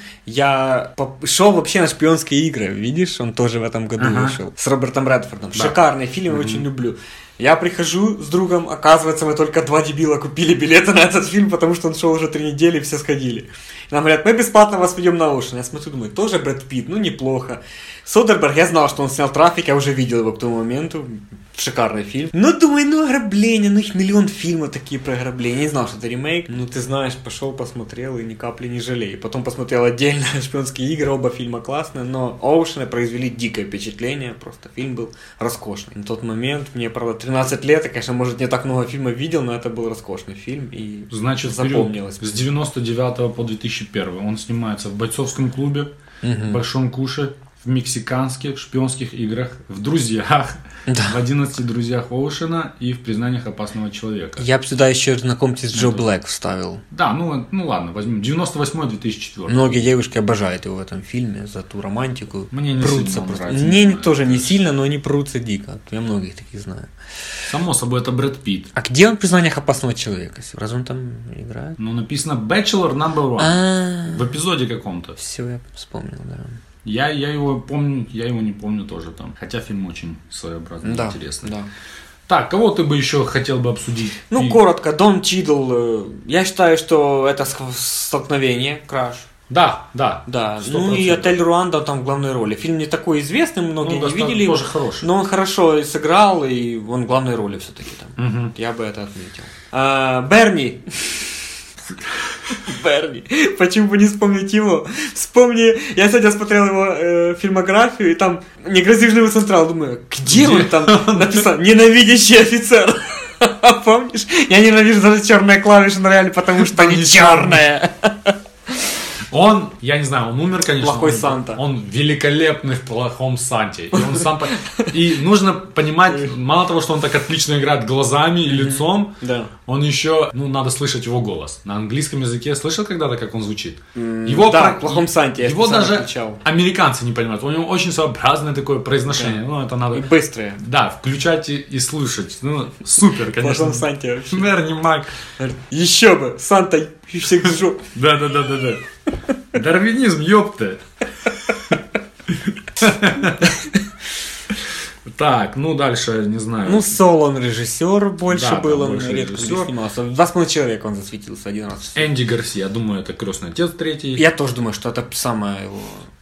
я поп- шел вообще на «Шпионские игры», видишь, он тоже в этом году Ага. вышел, с Робертом Редфордом. Да. Шикарный фильм, я очень люблю. Я прихожу с другом, оказывается, мы только два дебила купили билеты на этот фильм, потому что он шел уже три недели, и все сходили. И нам говорят, мы бесплатно вас ведем на Оушен. Я смотрю, думаю, тоже Брэд Питт, ну неплохо. Содерберг, я знал, что он снял «Трафик», я уже видел его к тому моменту. Шикарный фильм. Ну, думаю, ну ограбление, ну их миллион фильмов такие про ограбление. Я не знал, что это ремейк. Ну, ты знаешь, пошел, посмотрел и ни капли не жалею. Потом посмотрел отдельно «Шпионские игры», оба фильма классные, но «Оушены» произвели дикое впечатление. Просто фильм был роскошный. На тот момент, мне, правда, тринадцать лет, я, конечно, может, не так много фильмов видел, но это был роскошный фильм и Значит, в период запомнилось. с девяносто девятого по две тысячи первый он снимается в «Бойцовском клубе», в «Большом куше», в «Мексиканских шпионских играх», в «Друзьях», в «одиннадцати друзьях Оушена» и в «Признаниях опасного человека». Я бы сюда еще «Знакомьтесь с Джо Блэк» вставил. Да, ну, ну ладно, возьмем. девяносто восьмой - две тысячи четвёртый. Многие девушки обожают его в этом фильме за ту романтику. Мне не прутся сильно он просто. нравится, Мне не знаю. тоже не сильно, но они прутся дико. Я многих таких знаю. Само собой, это Брэд Питт. А где он в «Признаниях опасного человека»? Разве он там играет? Ну, написано «Bachelor number one». А, В эпизоде каком-то. все, я вспомнил, да. Я, я его помню, я его не помню тоже там. Хотя фильм очень своеобразный, Да, интересный. да. Так, кого ты бы еще хотел бы обсудить? Ну, И- коротко, Дон Чидл, э, я считаю, что это сх- столкновение, краш. Да, да. Да, сто ну и процентов. «Отель Руанда» там в главной роли. Фильм не такой известный, многие Ну, не доста- видели его, тоже хороший. но он хорошо и сыграл, и он в главной роли все-таки там. Мгм. Я бы это отметил. А, Берни. Берни. Почему бы не вспомнить его? Вспомни, я сегодня смотрел его э, фильмографию, и там «Не грози живым централ», думаю, где, Где он там написал «Ненавидящий офицер». Помнишь? Я ненавижу даже черные клавиши на рояле, потому что Там они не черные. Он, я не знаю, он умер, конечно. Плохой он, Санта. Он великолепный в плохом Санте. И, он сам по- и нужно понимать, мало того, что он так отлично играет глазами и лицом, Да. он еще, ну, надо слышать его голос. На английском языке слышал когда-то, как он звучит? Его да, про- в «Плохом Санте» я Его специально даже включал. американцы не понимают. У него очень своеобразное такое произношение. Да. Ну, это надо... И быстрые. Да, включать и, и слушать. Ну, супер, В конечно. «Плохом Санте» вообще. Берни Мак. Еще бы, Санта всех жёг. Да-да-да-да-да. Дарвинизм, ёпта. Так, ну дальше, не знаю. Ну, Сол, он режиссер больше Да, был, да, он больше редко где режиссер. снимался. В «Два с половиной человека» он засветился один раз. Энди Гарсия, думаю, это крестный отец третий. Я тоже думаю, что это самая его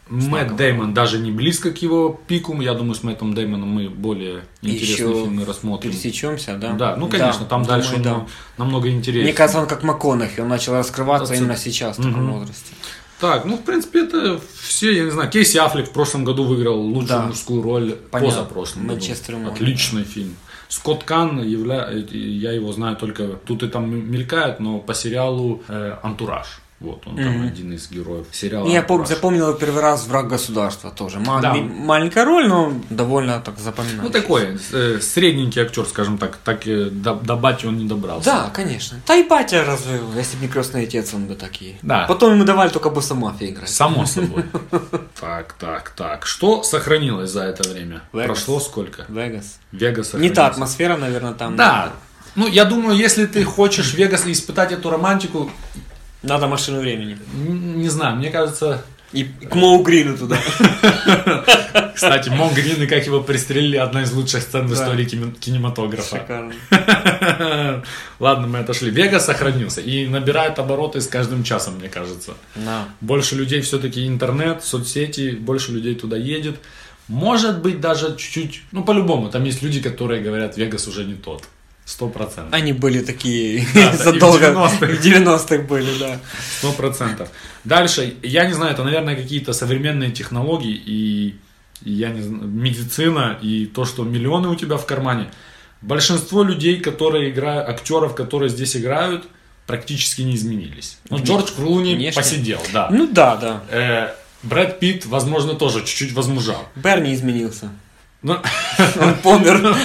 Мэтт Дэймон даже не близко к его пику. Я думаю, с Мэттом Дэймоном мы более интересные Еще фильмы рассмотрим. Пересечемся, да? Да, ну конечно, Да, там думаю, дальше да. он намного интереснее. Мне кажется, он как МакКонахи, он начал раскрываться Это- именно сейчас, в таком Мгм. возрасте. Так, ну в принципе это все, я не знаю. Кейси Аффлек в прошлом году выиграл лучшую Да. мужскую роль, Понятно. позапрошлом году. Манчестер Юнайтед, Отличный фильм. Скотт Кан, явля... я его знаю только, тут и там мелькает, но по сериалу э, «Антураж». Вот, он там один из героев сериала Я пом- «Антураж». запомнил его первый раз «Враг государства» тоже. Ма- Да. ми- Маленькая роль, но довольно так запоминающаяся. Ну такой, э, средненький актер, скажем так, так и до, до бати он не добрался. Да, конечно. Да и батя разве, если бы не крестный отец, он бы такие. Да. Потом ему давали только босса мафии играть. Само собой. Так, так, так. Что сохранилось за это время? Вегас. Прошло сколько? Вегас. Вегас Не та сохранился. атмосфера, наверное, там. Да. Ну, я думаю, если ты хочешь в Вегас и испытать эту романтику, Надо машину времени. н- не знаю, мне кажется... И к Моу Грину туда. Кстати, Мо Грин и как его пристрелили, одна из лучших сцен в Да. истории кино- кинематографа. Шикарно. Ладно, мы отошли. Вегас сохранился и набирает обороты с каждым часом, мне кажется. Да. Больше людей все-таки интернет, соцсети, больше людей туда едет. Может быть, даже чуть-чуть, ну, по-любому, там есть люди, которые говорят, Вегас уже не тот. Сто процентов. Они были такие Да, да, и в задолго. девяностых. В девяностых были, да. Сто процентов. Дальше, я не знаю, это, наверное, какие-то современные технологии и, и я не знаю, медицина и то, что миллионы у тебя в кармане. Большинство людей, которые играют, актеров, которые здесь играют, практически не изменились. Ну, Джордж Клуни Внешне. посидел, да. Ну да, да. Э, Брэд Питт, возможно, тоже чуть-чуть возмужал. Берни изменился. Ну, Он помер.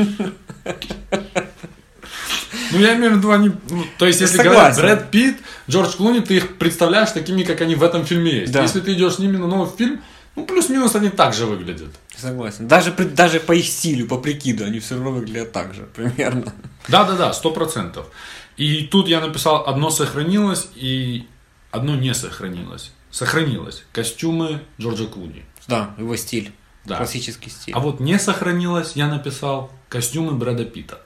ну, я имею в виду, они... ну, то есть, если Согласен. говорят Брэд Питт, Джордж Клуни, ты их представляешь такими, как они в этом фильме есть. Да. Если ты идешь с ними на новый фильм, ну, плюс-минус они так же выглядят. Согласен. Даже, при- даже по их стилю, по прикиду, они все равно выглядят так же, примерно. Да-да-да, сто процентов. И тут я написал, одно сохранилось и одно не сохранилось. Сохранилось. Костюмы Джорджа Клуни. Да, его стиль. Да. Классический стиль. А вот не сохранилось, я написал, костюмы Брэда Питта.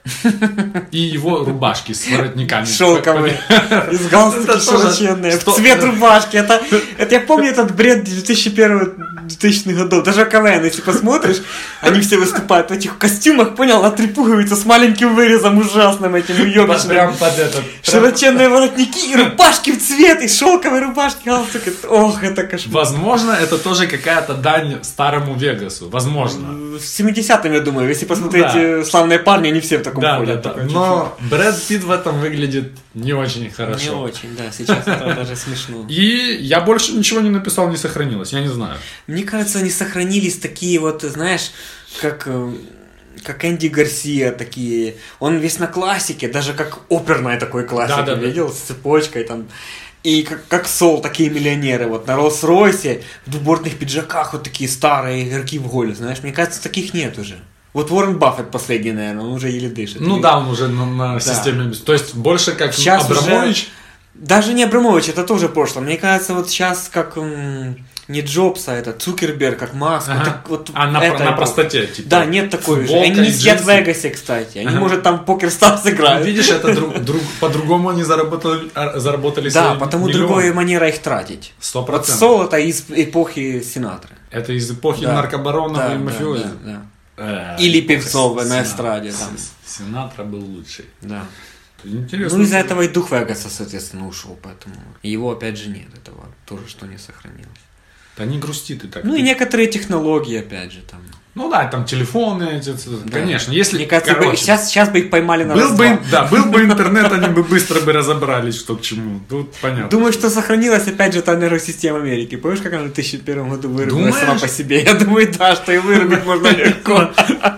И его рубашки с воротниками. Шелковые. Из Это галстуки тоже- широченные. что- Цвет рубашки. Это, это я помню этот бред две тысячи первого две тысячных годов. Даже КВН, если посмотришь, они все выступают в этих костюмах, понял, на три пуговицы с маленьким вырезом ужасным этим Прям уебищным. под этот. Широченные воротники и рубашки в цвет, и шелковые рубашки, галстук. Это- Ох, это кошмар. Возможно, это тоже какая-то дань старому Вегасу. Возможно. В семидесятом, я думаю, если посмотреть да. э, «Славные парни», они все в таком Да, да, ходят. да. такой Но Брэд Питт в этом выглядит не очень чуть-чуть. хорошо. Не очень, да, сейчас это даже смешно. И я больше ничего не написал, не сохранилось. Я не знаю. Мне кажется, они сохранились такие вот, знаешь, как, э, как Энди Гарсия такие. Он весь на классике, даже как оперной такой классики, Да-да-да. видел, с цепочкой там. И как, как Сол, такие миллионеры, вот на Роллс-Ройсе, в двубортных пиджаках, вот такие старые игроки в голе, знаешь. Мне кажется, таких нет уже. Вот Уоррен Баффет последний, наверное, он уже еле дышит. Ну Или- да, он уже на, на системе. То есть больше как Сейчас Абрамович. уже- Даже не Абрамович, это тоже прошлое. Мне кажется, вот сейчас как м, не Джобс, а это Цукерберг, как Маск. Ага. Вот так вот А на, это на эпоха. простоте, типа. Да, нет такой же. футболка Они не и сидят в джинсы. Вегасе, кстати. Они, Ага. может, там покер Старс Ну, играют. видишь, это друг, друг, по-другому они заработали, а, заработали Да, свои потому миллионы. другая манера их тратить. Сто Вот процентов. Сол это из эпохи Сенаторы. Это из эпохи Да. наркобаронов Да, и да, мафиози. да, да. Э, Или эпоха певцов на Сина- эстраде, там. С- Синатра был лучший. Да. Интересно. Ну, из-за этого и дух Вегаса, соответственно, ушел, поэтому и его, опять же, нет, этого тоже, что не сохранилось. Да не грусти ты так. Ну, и некоторые технологии, опять же, там. Ну да, там телефоны, эти, Да. конечно. Если, Мне кажется, бы- короче, сейчас, сейчас бы их поймали на был раз-два. бы, да, был бы интернет, они бы быстро бы разобрались, что к чему. Тут понятно. Думаю, что сохранилась опять же та энергосистема Америки. Помнишь, как она в две тысячи первом году вырубилась Думаешь? сама по себе? Я думаю, да, что и вырубить можно легко.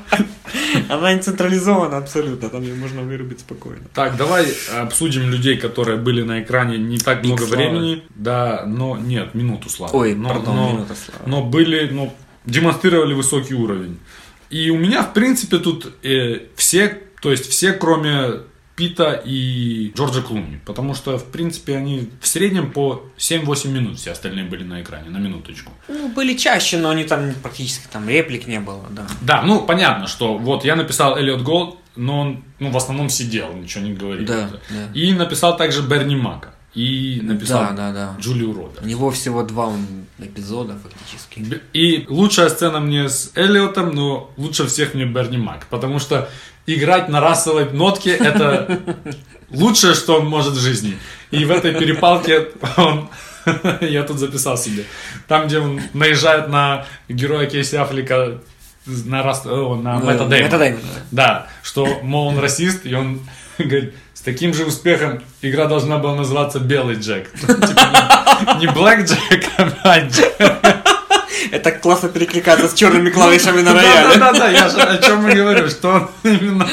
Она не централизована абсолютно, там ее можно вырубить спокойно. Так, давай обсудим людей, которые были на экране не так много Славы. времени. Да, но нет, минуту славы. Ой, но, пардон, но- минута славы. Но были, ну, демонстрировали высокий уровень. И у меня, в принципе, тут э, все, то есть все, кроме Питта и Джорджа Клуни. Потому что, в принципе, они в среднем по семь-восемь минут все остальные были на экране, на минуточку. Ну, были чаще, но они там практически там реплик не было, да. Да, ну, понятно, что вот я написал Эллиот Голд, но он ну, в основном сидел, ничего не говорил. Да, да. И написал также Берни Мака. и написал Да, да, да. Джулию Робертс. У него всего два он, эпизода фактически. И лучшая сцена мне с Эллиотом, но лучше всех мне Берни Мак, потому что играть на расовой нотке это лучшее, что он может в жизни. И в этой перепалке он, я тут записал себе, там, где он наезжает на героя Кейси Аффлека, на, рас... О, на Мэтта Дэймона. Да, что, мол, он расист, и он говорит, с таким же успехом игра должна была называться «Белый Джек». Типа, не «Блэк Джек», а «White Джек». Это классно перекликается с черными клавишами на рояле. Да-да-да, я же о чем и говорю, что он именно...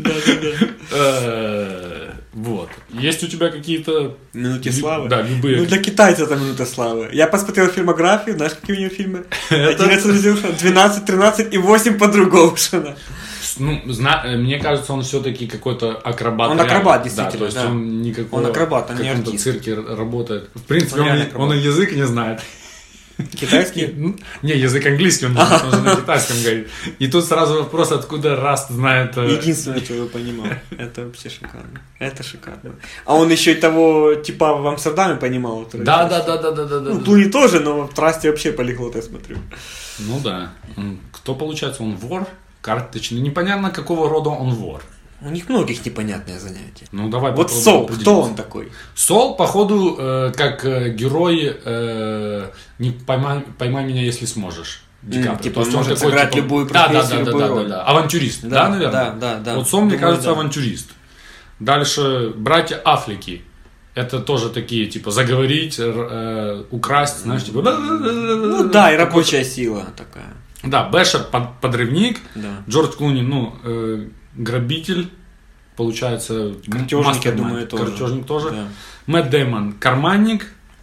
Вот. Есть у тебя какие-то... Минуты славы? Да, любые. Ну, для китайца это минута славы. Я посмотрел фильмографию, знаешь, какие у него фильмы? одиннадцать, двенадцать, тринадцать и восемь подруг Оушена. Ну, зна... мне кажется, он все-таки какой-то акробат. Он акробат, действительно, да. То есть да. он никакого... Он акробат, а в не каком-то артист. цирке работает. В принципе, Он он, реально он, он и язык не знает. Китайский? Не, язык английский, он, он же на китайском говорит. И тут сразу вопрос, откуда Раст знает... Единственное, что я понимал. Это вообще шикарно. Это шикарно. А он еще и того типа в Амстердаме понимал. Да, да, да, да, да, да, да. Ну, Клуни тоже, но в Трасте вообще полиглот, я смотрю. Ну да. Кто, получается, он вор? Карточный. Непонятно, какого рода он вор. У них многих непонятные занятия. Ну давай вот попробуем Сол, определиться. кто он такой? Сол, походу, э, как э, герой э, не поймай, поймай меня, если сможешь. Ди Каприо. Типа То есть он может такой, сыграть типа, любую да, да, профессию, да, да, любую да, роль. да, да. Авантюрист, да, Да, наверное? да, да, да. Вот Сол, мне Думаю, кажется, да. авантюрист. Дальше братья Аффлеки. Это тоже такие, типа, заговорить, э, украсть, знаешь, типа... Ну да, и рабочая сила такая. Да, Бэшер под, подрывник, Да. Джордж Клуни, ну, э, грабитель, получается, Картежник, мастермайнд. я думаю, тоже. Картежник тоже. Да. Мэтт Дэймон, карманник.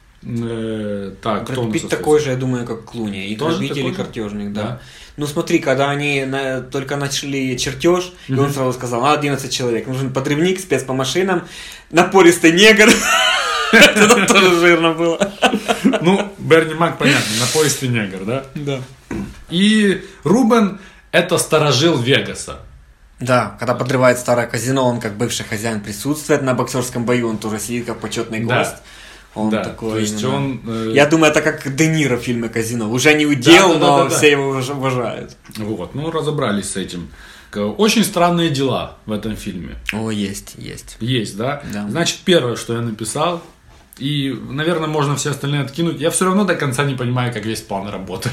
Э, так, кто у Брэд нас Питт остается? такой же, я думаю, как Клуни. И Тоже грабитель, и такой же? картежник, да. Да. Ну смотри, когда они на- только начали чертеж, и он сразу сказал, а, одиннадцать человек, нужен подрывник, спец по машинам, напористый негр. Это тоже жирно было. Ну, Берни Мак, понятно, на поезде негр, да? Да. И Рубен – это сторожил Вегаса. Да, когда подрывает старое казино, он как бывший хозяин присутствует на боксерском бою, он тоже сидит как почетный Да. гость. Он Да, такой. то есть именно- он, э, Я думаю, это как Де Ниро в фильме «Казино». Уже не удел, Да, да, да, но да, да. все его уже уважают. Вот, ну, разобрались с этим. К- Очень странные дела в этом фильме. О, есть, есть. Есть, да? Да. Значит, первое, что я написал, и, наверное, можно все остальные откинуть. Я все равно до конца не понимаю, как весь план работает.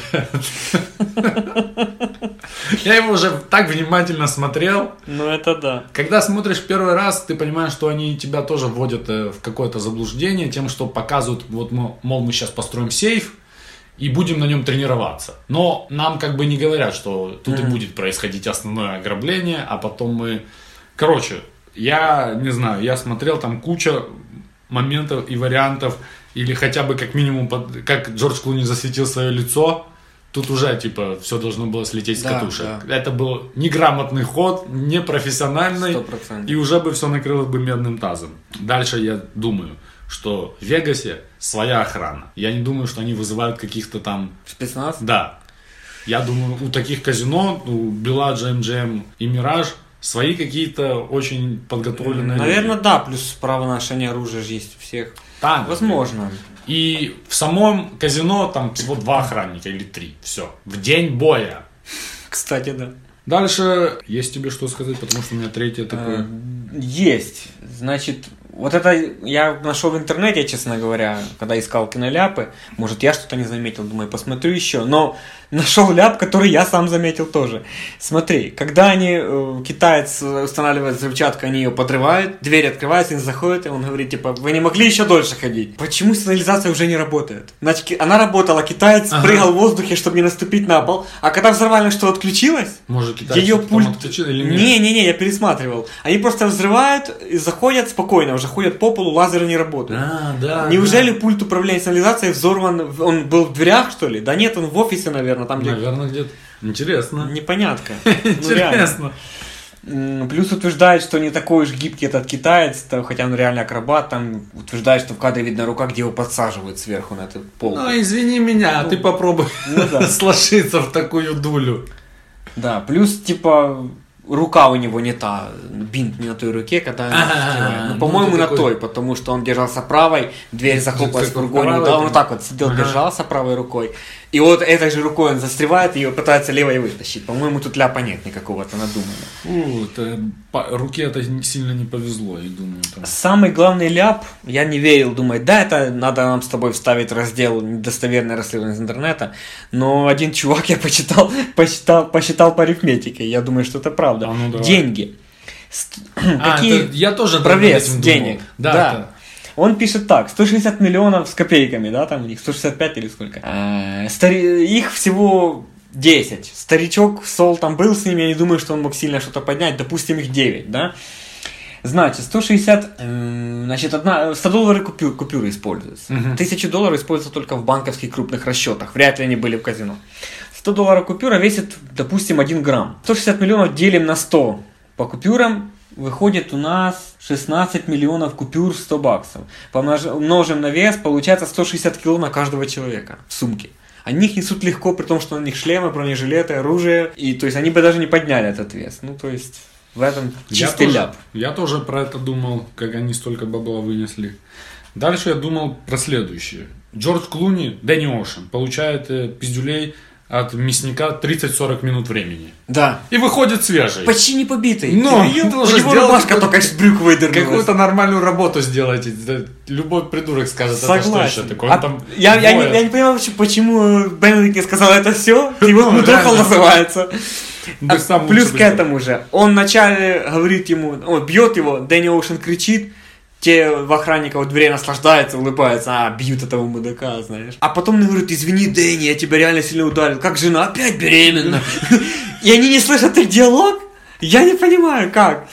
Я его уже так внимательно смотрел. Ну, это да. Когда смотришь первый раз, ты понимаешь, что они тебя тоже вводят э, в какое-то заблуждение тем, что показывают, вот, мо- мол, мы сейчас построим сейф и будем на нем тренироваться. Но нам как бы не говорят, что тут и будет происходить основное ограбление, а потом мы... Короче, я не знаю, я смотрел там куча моментов и вариантов, или хотя бы как минимум, под- как Джордж Клуни засветил свое лицо, тут уже типа все должно было слететь с Да, катушек. да. Это был неграмотный ход, непрофессиональный, Сто процентов. и уже бы все накрылось бы медным тазом. Дальше я думаю, что в Вегасе своя охрана. Я не думаю, что они вызывают каких-то там... Спецназ? Да. Я думаю, у таких казино, у Беладжа, эм джи эм и Мираж свои какие-то очень подготовленные... Наверное, да. Плюс право на ношение оружия же есть у всех. Так, Возможно. И в самом казино там всего два охранника или три. Все. В день боя. Кстати, да. Дальше есть тебе что сказать, потому что у меня третье такое... Есть. Значит, вот это я нашел в интернете, честно говоря, когда искал киноляпы. Может, я что-то не заметил, думаю, посмотрю еще. Но нашел ляп, который я сам заметил тоже. Смотри, когда они, э, китаец устанавливает взрывчатку, они ее подрывают, дверь открывается, они заходят, и он говорит, типа, вы не могли еще дольше ходить? Почему сигнализация уже не работает? Значит, ки- она работала, китаец Ага. прыгал в воздухе, чтобы не наступить на пол, а когда взорвали, что отключилось? Может, китайцы Ее потом пульт... отключили или нет? Не-не-не, я пересматривал. Они просто взрывают и заходят спокойно, уже ходят по полу, лазеры не работают. А, да. Неужели да. пульт управления сигнализацией взорван, в- он был в дверях, что ли? Да нет, он в офисе, наверное, там где... Наверное, где-то. Интересно. Непонятка. Ну, реально. Интересно. М, Плюс утверждает, что не такой уж гибкий этот китаец, то- хотя он реально акробат, там утверждает, что в кадре видна рука, где его подсаживают сверху на этот пол. Ну, извини меня, а ты попробуй ну да. сложиться в такую дулю. Да, плюс, типа, рука у него не та, бинт не на той руке, когда А-а-а, ну, ну, по-моему, ты на такой- той, потому что он держался правой, дверь захлопалась в Как фургоне, правой, да, он да. вот так вот сидел, Ага. держался правой рукой, и вот этой же рукой он застревает, ее пытается левой вытащить. По-моему, тут ляпа нет никакого-то надуманного. У, это, по руке это не- сильно не повезло, я думаю. Там. Самый главный ляп, я не верил, думаю, да, это надо нам с тобой вставить раздел «Недостоверное расследование из интернета», но один чувак, я почитал, посчитал, посчитал по арифметике, я думаю, что это правда. А ну давай. Деньги. Ст- А, Какие это я тоже про над вес этим думал. денег. Да, Да. это- Он пишет так, сто шестьдесят миллионов с копейками, да, там у них сто шестьдесят пять или сколько. А, стари- Их всего десять. Старичок Сол там был с ними, я не думаю, что он мог сильно что-то поднять, допустим, их девять, да. Значит, сто шестьдесят, эм, значит, одна, сто долларов купюр, купюры используются. Мгм. тысяча долларов используются только в банковских крупных расчетах, вряд ли они были в казино. сто долларов купюра весит, допустим, один грамм. сто шестьдесят миллионов делим на сто по купюрам, выходит у нас шестнадцать миллионов купюр сто баксов. Помнож- Умножим на вес, получается сто шестьдесят кило на каждого человека в сумке. Они их несут легко, при том, что на них шлемы, бронежилеты, оружие. И то есть они бы даже не подняли этот вес. Ну, то есть в этом Я чистый тоже, ляп. я тоже про это думал, как они столько бабла вынесли. Дальше я думал про следующее. Джордж Клуни, Дэнни Оушен, получает э, пиздюлей от мясника тридцать-сорок минут времени. Да. И выходит свежий. Почти не побитый. Ну, Ё- ты у уже него сделал рубашка какой-то- только из брюк выдернулась. Какую-то нормальную работу сделайте. Да, любой придурок скажет, это что Согласен. еще такое? А Он там я, я, не, воет. я не понимаю, почему- почему Бенедикт не сказал это все. Его Ну, мудохал реально. называется. Да А сам плюс лучше к бы этому же, он вначале говорит ему, он бьет его, Дэнни Оушен кричит, те в охранника у дверей наслаждается, улыбается, а, бьют этого мудака, знаешь. А потом он говорит, извини, Дэнни, я тебя реально сильно ударил, как жена опять беременна. И они не слышат их диалог? Я не понимаю, как.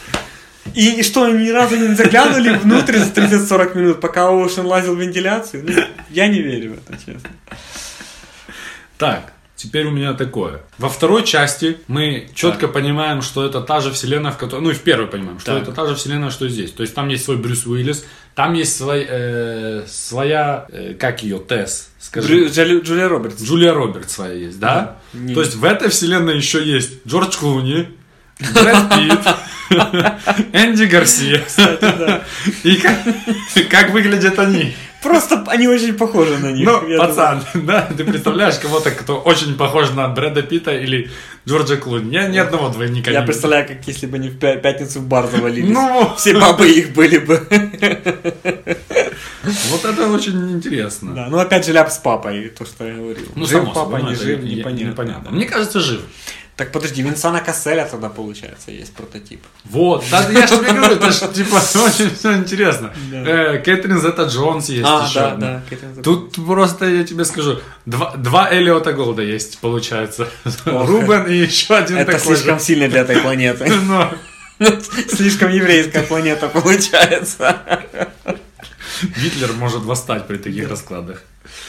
И что, они ни разу не заглянули внутрь за тридцать-сорок минут, пока Оушен лазил в вентиляцию? Ну, я не верю в это, честно. Так, теперь у меня такое. Во второй части мы четко понимаем, что это та же вселенная, в которой... Ну и в первой понимаем, что Так. это та же вселенная, что и здесь. То есть там есть свой Брюс Уиллис, там есть свой, э, своя... э, как ее? Тесс, скажи. Джу- Джоли- Джулия Робертс. Джулия Робертс своя есть, да? Не- То есть в этой вселенной еще есть Джордж Клуни, Брэд Питт, Энди Гарсия. И как, как выглядят они? Просто они очень похожи на них. Ну, Я пацан, да, ты представляешь кого-то, кто очень похож на Брэда Питта или Джорджа Клуни. Я ни одного двойника Я не представляю, как если бы они в пя- пятницу в бар завалились. Ну. Все бабы их были бы. видел. Вот это очень интересно. Да, ну опять же ляп с папой, то, что я говорил. Ну, жив само папа, собой, ну, не это жив, я- непонятно. непонятно. Мне кажется, жив. Так подожди, Винсана Касселя тогда получается есть прототип. Вот, да, я же тебе говорю, это ж типа очень все интересно. Э, Кэтрин Зета Джонс есть А, еще да, одна. да. Кэтрин Зета- Тут просто я тебе скажу, два, два Элиота Голда есть, получается. Рубен и еще один Это такой слишком же. сильно для этой планеты. Но Слишком еврейская планета получается. Гитлер может восстать при таких раскладах.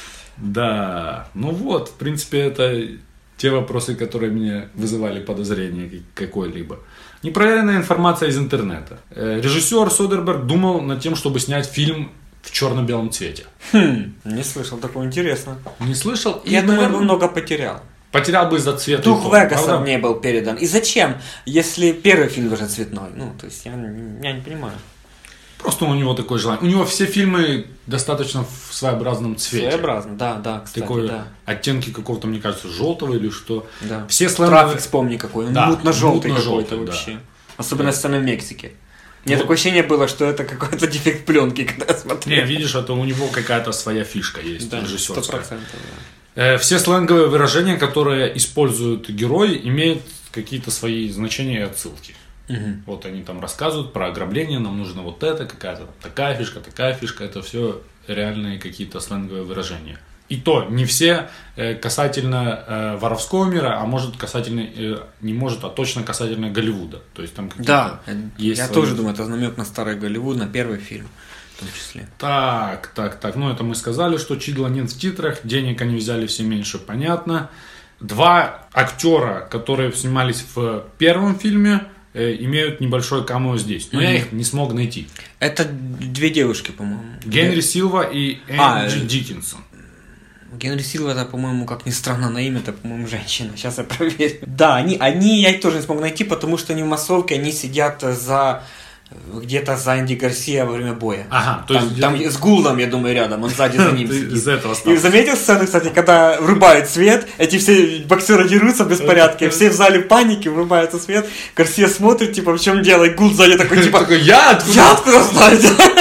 Да, ну вот, в принципе, это те вопросы, которые мне вызывали подозрение какое-либо. Непроверенная информация из интернета. Э, Режиссер Содерберг думал над тем, чтобы снять фильм в черно-белом цвете. Хм, не слышал, такого интересно. Не слышал? И, Я думаю, наверное, он много потерял. потерял бы из-за цвета. Дух и тона, Вегаса правда? не был передан. И зачем, если первый фильм уже цветной? Ну, то есть я, я не понимаю. Просто у него такое желание. У него все фильмы достаточно в своеобразном цвете. Своеобразно, да, да, кстати, Такой да. оттенки какого-то, мне кажется, желтого или что. Да. Все сленговые- Трафик вспомни какой, он Да, мутно-желтый мутно-желтый, какой-то да. вообще. Особенно сцена в Мексике. У меня Вот. такое ощущение было, что это какой-то дефект пленки, когда я смотрел. Не, видишь, это у него какая-то своя фишка есть, Да, сто режиссерская. процентов. Да. Э, Все сленговые выражения, которые используют герои, имеют какие-то свои значения и отсылки. Мгм. Вот они там рассказывают про ограбление, нам нужно вот это, какая-то такая фишка, такая фишка. Это все реальные какие-то сленговые выражения. И то не все э, касательно э, воровского мира, а может касательно, э, не может, а точно касательно Голливуда. То есть там какие-то Да, есть я свои- тоже думаю, это намек на старый Голливуд, на первый фильм в том числе. Так, так, так. Ну, это мы сказали, что Чидла нет в титрах. Денег они взяли все меньше, понятно. Два актера, которые снимались в первом фильме, э, имеют небольшой камео здесь. Но я Мгм. их не смог найти. Это две девушки, по-моему. Генри Силва и А, Энджи э, Диккенсон. Генри Силва, это, по-моему, как ни странно, на имя, это, по-моему, женщина. Сейчас я проверю. Да, они, они, я их тоже не смог найти, потому что они в массовке, они сидят за... где-то за Энди Гарсия во время боя. Ага, то там, есть... Там с Гулдом, я думаю, рядом, он сзади за ним сидит. Из этого И заметил сцену, кстати, когда врубают свет, эти все боксеры дерутся в беспорядке, все в зале паники, врубается свет, Гарсия смотрит, типа, в чем дело, и Гулд сзади такой, типа, я откуда? Я откуда знаю?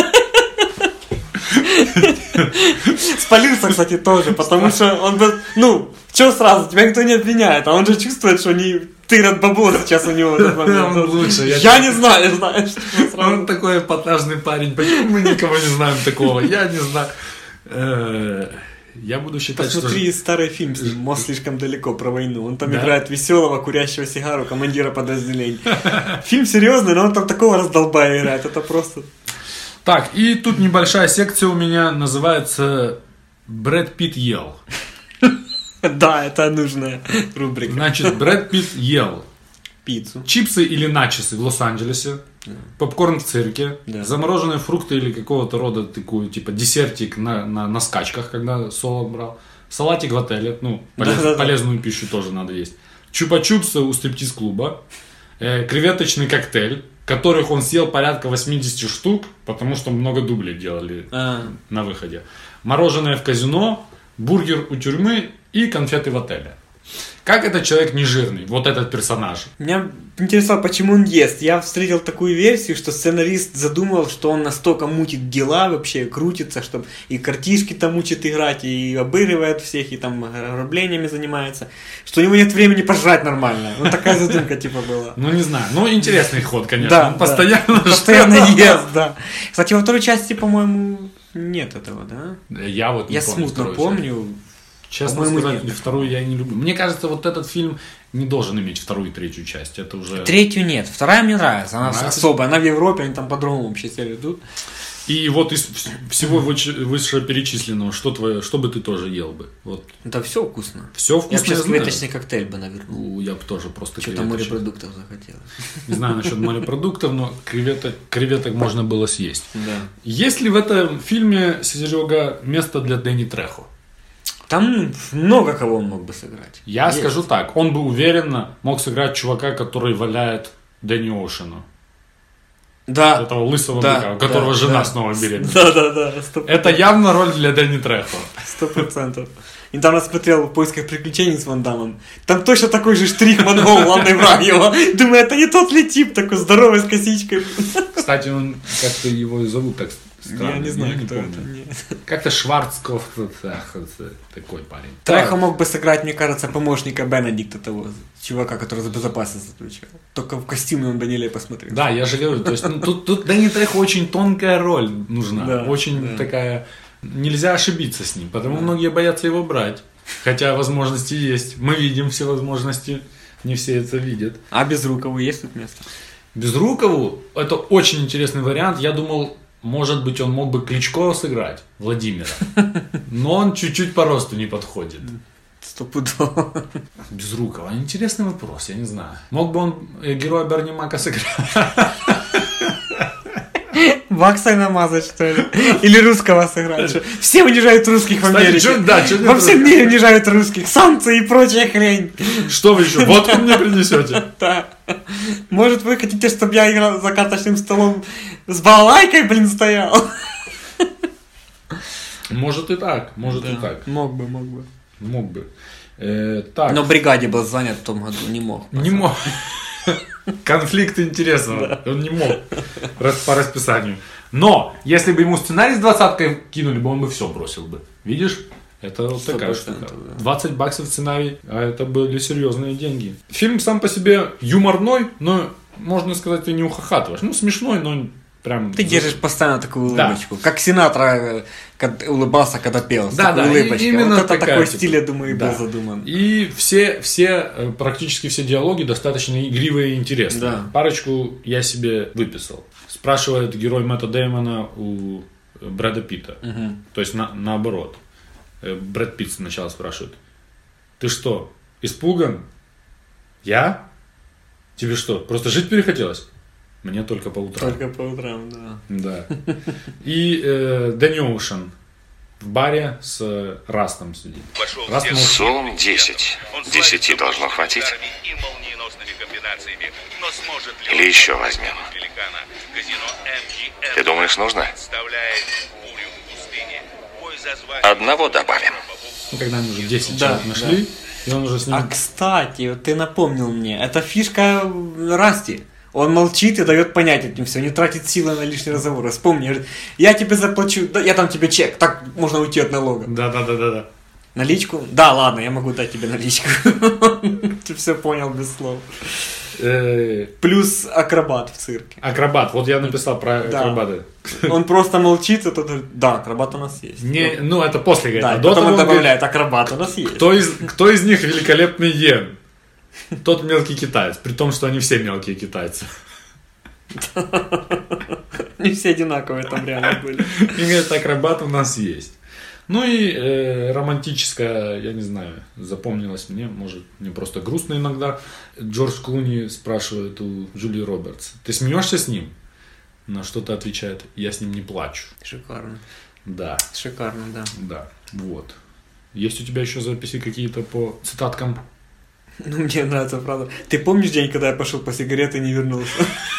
Спалился, кстати, тоже, потому что он был, ну, что сразу, тебя никто не обвиняет, а он же чувствует, что они тырят бабло сейчас у него. Он лучше. Я, я не знаю, знаешь. Он такой эпатажный парень, почему мы никого не знаем такого, я не знаю. Я буду считать, Посмотри что... старый фильм с ним, «Мост слишком далеко», про войну. Он там да? играет веселого, курящего сигару, командира подразделения. Фильм серьезный, но он там такого раздолбая играет, это просто... Так, и тут небольшая секция у меня называется «Брэд Питт ел». Да, это нужная рубрика. Значит, Брэд Питт ел пиццу, чипсы или начосы в Лос-Анджелесе, да. Попкорн в цирке, да. Замороженные фрукты или какого-то рода такую, типа, десертик на, на, на скачках, когда Соло брал, салатик в отеле, ну, полез, да, да, полезную да. пищу тоже надо есть, чупа-чупсы у стриптиз-клуба, э, креветочный коктейль, которых он съел порядка восемьдесят штук, потому что много дублей делали а. на выходе, мороженое в казино, бургер у тюрьмы и конфеты в отеле. Как этот человек не жирный, вот этот персонаж? Меня интересовало, почему он ест. Я встретил такую версию, что сценарист задумал, что он настолько мутит дела вообще, крутится, чтобы и картишки там учит играть, и обыгрывает всех, и там ограблениями занимается, что у него нет времени пожрать нормально. Вот такая задумка типа была. Ну не знаю, ну интересный ход, конечно. Да, он постоянно, постоянно ест, да. Кстати, во второй части, по-моему, нет этого, да? Я вот не Я помню. смутно помню. Честно сказать, нет. Вторую я не люблю. Мне кажется, вот этот фильм не должен иметь вторую и третью часть. Это уже... Третью нет. Вторая мне нравится. Она нравится? Особая. Она в Европе, они там по-другому вообще себя ведут. И вот из всего вышеперечисленного, что твое, что бы ты тоже ел бы? Вот. Да все вкусно. Все вкусно. Я бы сейчас креветочный коктейль бы навернул. Я бы тоже просто что-то морепродуктов захотел. Не знаю насчет морепродуктов, но креветок, креветок можно было съесть. Да. Есть ли в этом фильме, Серега, место для Дэнни Трехо? Там много кого он мог бы сыграть. Я Есть. скажу так, он бы уверенно мог сыграть чувака, который валяет Дэнни Оушена. Да. Этого лысого да, быка, у которого да, жена да. снова беременна. Да, да, да. Это явно роль для Дэнни Трехо. Сто процентов. Недавно смотрел «В поисках приключений» с Ван Дамом. Там точно такой же штрих-монгол, главный враг его. Думаю, это не тот ли тип, такой здоровый, с косичкой. Кстати, он как-то его и зовут так странно. Я не знаю, я кто не помню. это. Нет. Как-то Шварцков, такой парень. Трехо мог бы сыграть, мне кажется, помощника Бенедикта того, чувака, который за безопасность отвечал. Только в костюме он бы нелепо смотрел. Да, я же говорю, то есть ну, тут, тут Дэнни Трехо очень тонкая роль нужна, да, очень да. такая, нельзя ошибиться с ним, потому да. многие боятся его брать, хотя возможности есть, мы видим все возможности, не все это видят. А Безрукову есть тут место? Безрукову, это очень интересный вариант, я думал, может быть, он мог бы Кличко сыграть, Владимира, но он чуть-чуть по росту не подходит. Стопудово. Безрукова. Интересный вопрос, я не знаю. Мог бы он героя Берни Мака сыграть? Ваксой намазать, что ли? Или русского сыграть? Все унижают русских в Америке. Кстати, чё, да, чё во всем мире унижают русских. Самцы и прочая хрень. Что вы еще? Водку мне принесете? Да. Может, вы хотите, чтобы я играл за карточным столом с балалайкой, блин, стоял? Может и так, может и так. Мог бы, мог бы. Мог бы. Э, так. Но в бригаде был занят в том году, не мог. Не мог. Конфликт интересов. Да. Он не мог по расписанию. Но, если бы ему сценарий с двадцаткой кинули бы, он бы все бросил бы. Видишь? Это вот такая штука. Да. двадцать баксов сценарий, а это были серьезные деньги. Фильм сам по себе юморной, но, можно сказать, ты не ухахатываешь. Ну, смешной, но прям... Ты держишь постоянно такую улыбочку. Да. Как Синатра улыбался, когда пел. Да, да, улыбочкой. Именно вот это такая, такой типа, стиль, я думаю, и да. был задуман. И все, все, практически все диалоги достаточно игривые и интересные. Да. Парочку я себе выписал. Спрашивает герой Мэтта Дэймона у Брэда Питта. Угу. То есть на, наоборот. Брэд Питт сначала спрашивает: ты что, испуган? Я? Тебе что, просто жить перехотелось? Мне только по утрам. Только по утрам, да. Да. И э, Дэнни Оушен. в баре с Растом сидит. Раст молчит. Сум десять. Десяти должно хватить. Или еще возьмем. Ты думаешь, нужно? Одного добавим. Ну, когда они уже десять Да, человек нашли, и он уже с ним... А кстати, вот ты напомнил мне, это фишка Расти. Он молчит и дает понять этим все, не тратит силы на лишние разговоры. Вспомни, говорит, я тебе заплачу, да, я дам тебе чек, так можно уйти от налога. Да-да-да-да. Наличку? Да, ладно, я могу дать тебе наличку. Ты все понял без слов. Плюс акробат в цирке. Акробат, вот я написал про Да. акробата. Он просто молчит, и тот говорит, да, акробат у нас есть. Не, ну, это после говорит. Да, а и до потом того он он говорит, добавляет, акробат у нас есть. кто из, кто из них великолепный Йен? Тот мелкий китаец, при том, что они все мелкие китайцы. Не все одинаковые там реально были. И говорит, акробат у нас есть. Ну и э, романтическая, я не знаю, запомнилась мне, может, мне просто грустно иногда. Джордж Клуни спрашивает у Джулии Робертс, ты смеешься с ним? На что то отвечает, я с ним не плачу. Шикарно. Да, Шикарно, да. да, вот. Есть у тебя еще записи какие-то по цитаткам? Ну, мне нравится, правда. Ты помнишь день, когда я пошел по сигареты и не вернулся?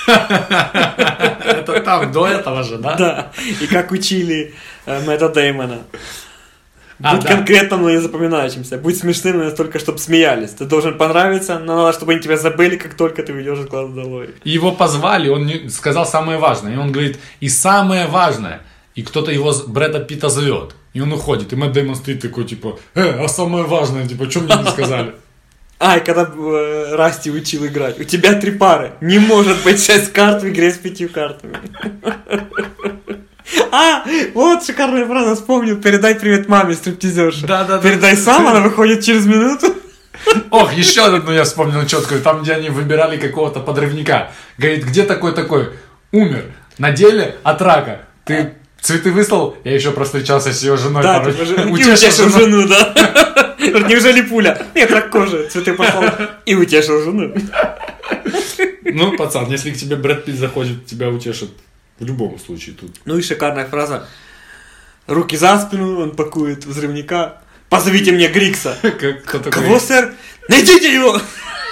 Это там, до этого же, да? Да. И как учили э, Мэтта Дэймона. А, Будь да. конкретным, но не запоминающимся. Будь смешным, но настолько, чтобы смеялись. Ты должен понравиться, но надо, чтобы они тебя забыли, как только ты уйдешь из класса долой. И его позвали, он не- сказал самое важное. И он говорит, и самое важное. И кто-то его, с- Брэда Питта, зовет. И он уходит. И Мэтт Дэймон стоит такой, типа, э, а самое важное, типа, что мне не сказали? А, и когда э, Расти учил играть. У тебя три пары. Не может быть шесть карт в игре с пятью картами. А, вот шикарная фраза, вспомнил. Передай привет маме, стриптизерша. Да-да-да. Передай сам, она выходит через минуту. Ох, еще одну я вспомнил четкую. Там, где они выбирали какого-то подрывника. Говорит, где такой-такой? Умер. На деле от рака. Ты цветы выслал? Я еще простречался с ее женой. Да, пару- типа, же- и Утешил утешил жену. жену, да. Говорит, неужели пуля? Нет, рак кожи, цветы послал. И утешил жену. Ну, пацан, если к тебе Брэд Питт заходит, тебя утешит в любом случае тут. Ну и шикарная фраза. Руки за спину, он пакует взрывника. Позовите мне Грикса. Как, кто такой? Кого, сэр? Найдите его!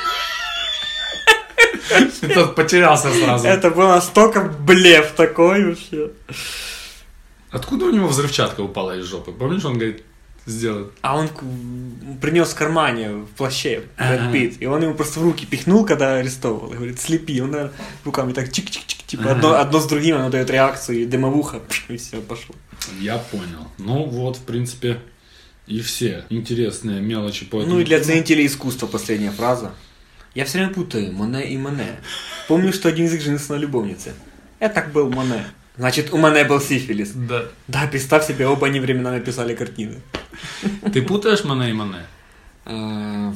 Тот потерялся сразу. Это был настолько блеф такой вообще. Откуда у него взрывчатка упала из жопы? Помнишь, он говорит, сделает? А он к- принес в кармане в плаще Брэд Питт, и он ему просто в руки пихнул, когда арестовывал. И говорит, слепи. Он, наверное, руками так чик-чик-чик, типа одно, одно с другим, оно дает реакцию, и дымовуха, и все, пошло. Я понял. Ну вот, в принципе, и все интересные мелочи по этому. Ну и для ценителей искусства последняя фраза. Я все время путаю Моне и Моне. Помню, что один из них женился на любовнице. Это был Моне. Значит, у Моне был сифилис. Да. Да, представь себе, оба они временно написали картины. Ты путаешь Моне и Моне? Э,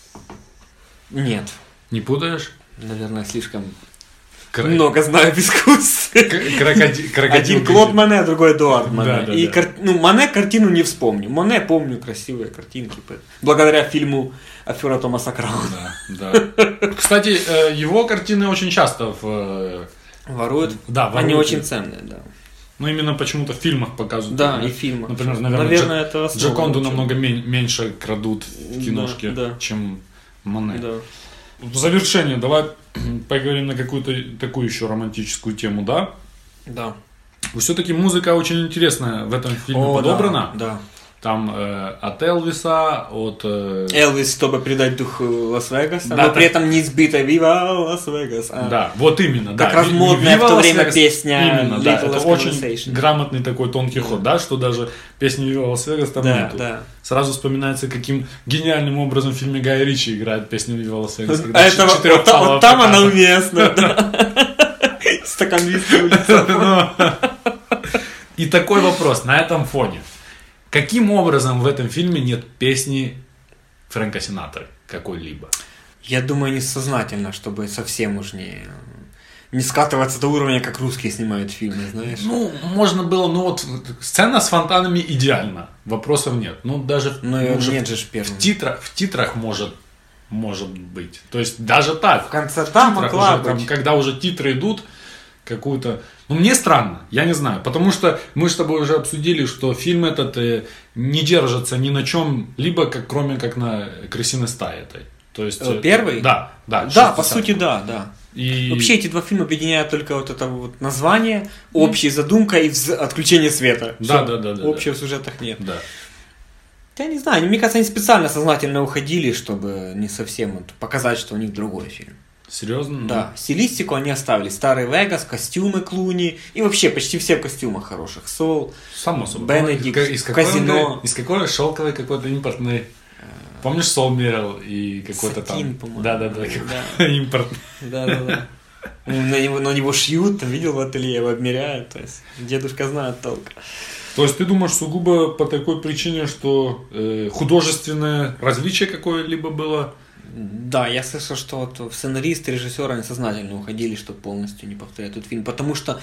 Нет. Не путаешь? Наверное, слишком Кра- много знаю об искусстве. к- крокоди- крокодил Один Клод Гриффин. Моне, другой Эдуард Моне. Да, да, И да. кар- ну, Моне картину не вспомню. Моне помню, красивые картинки. Благодаря фильму «Афера Томаса Крауна». Да, да. Кстати, э, его картины очень часто в... э, Воруют? Да, Они воруют. очень ценные, да. Ну, именно почему-то в фильмах показывают. Да, Например, и в фильмах. Например, наверное, Наверное, Джа- это основа, Джоконду чем- намного мен- меньше крадут в киношке, Да, да. чем Моне. Да. В завершение давай поговорим на какую-то такую еще романтическую тему, да? Да. Все-таки музыка очень интересная в этом фильме О, подобрана. Да. да. Там э, от Элвиса, от... э, Элвис, чтобы придать дух э, Лас-Вегаса, Да, но так. при этом не сбито «Вива Лас-Вегас». а Да, вот именно. Как да. раз Ви- модная в Viva то Las время Vegas. песня Именно, да. Little Это Less очень Conversation. грамотный такой тонкий ход, да, что даже песни Viva Las Vegas там Да, нету. да. Сразу вспоминается, каким гениальным образом в фильме Гая Ричи играет песню Viva Las Vegas. А когда это вот, четырёх вот там, палов вот там она показывает. уместна, да. Стакан виски улица. И такой вопрос на этом фоне. Каким образом в этом фильме нет песни Фрэнка Синатры какой-либо? Я думаю, не сознательно, чтобы совсем уж не, не скатываться до уровня, как русские снимают фильмы, знаешь. Ну, можно было, ну вот, сцена с фонтанами идеальна, вопросов нет. Ну, даже Ну, и уже нет в, же ж первым. в титрах, в титрах может, может быть. То есть, даже так. В конце В там титрах могла уже, там, быть. когда уже титры идут, какую-то... Ну, мне странно, я не знаю. Потому что мы с тобой уже обсудили, что фильм этот э, не держится ни на чем, либо как, кроме как на крысиной стае этой. То есть, э, Первый? Да, да. Да, по сути, да, да. И... Вообще эти два фильма объединяют только вот это вот название, общая задумка и вз... отключение света. Да, да, да, да. Общего да. в сюжетах нет. Да. Я не знаю, мне кажется, они специально сознательно уходили, чтобы не совсем вот показать, что у них другой фильм. Серьезно? Да, стилистику они оставили. Старый Вегас, костюмы Клуни и вообще почти все в костюмах хороших. Сол, Само собой. Бенедикт, из какой, Казино. Из какой шелковой какой-то импортный. Помнишь, Сол мерил и какой-то Сатин, там... по-моему. Да, да, да, Да. импортный. Да, да, да. На него, на него шьют, там видел в ателье, его обмеряют. То есть дедушка знает толк. То есть ты думаешь сугубо по такой причине, что э, художественное различие какое-либо было? Да, я слышал, что вот сценаристы, режиссеры они сознательно уходили, чтобы полностью не повторять этот фильм, потому что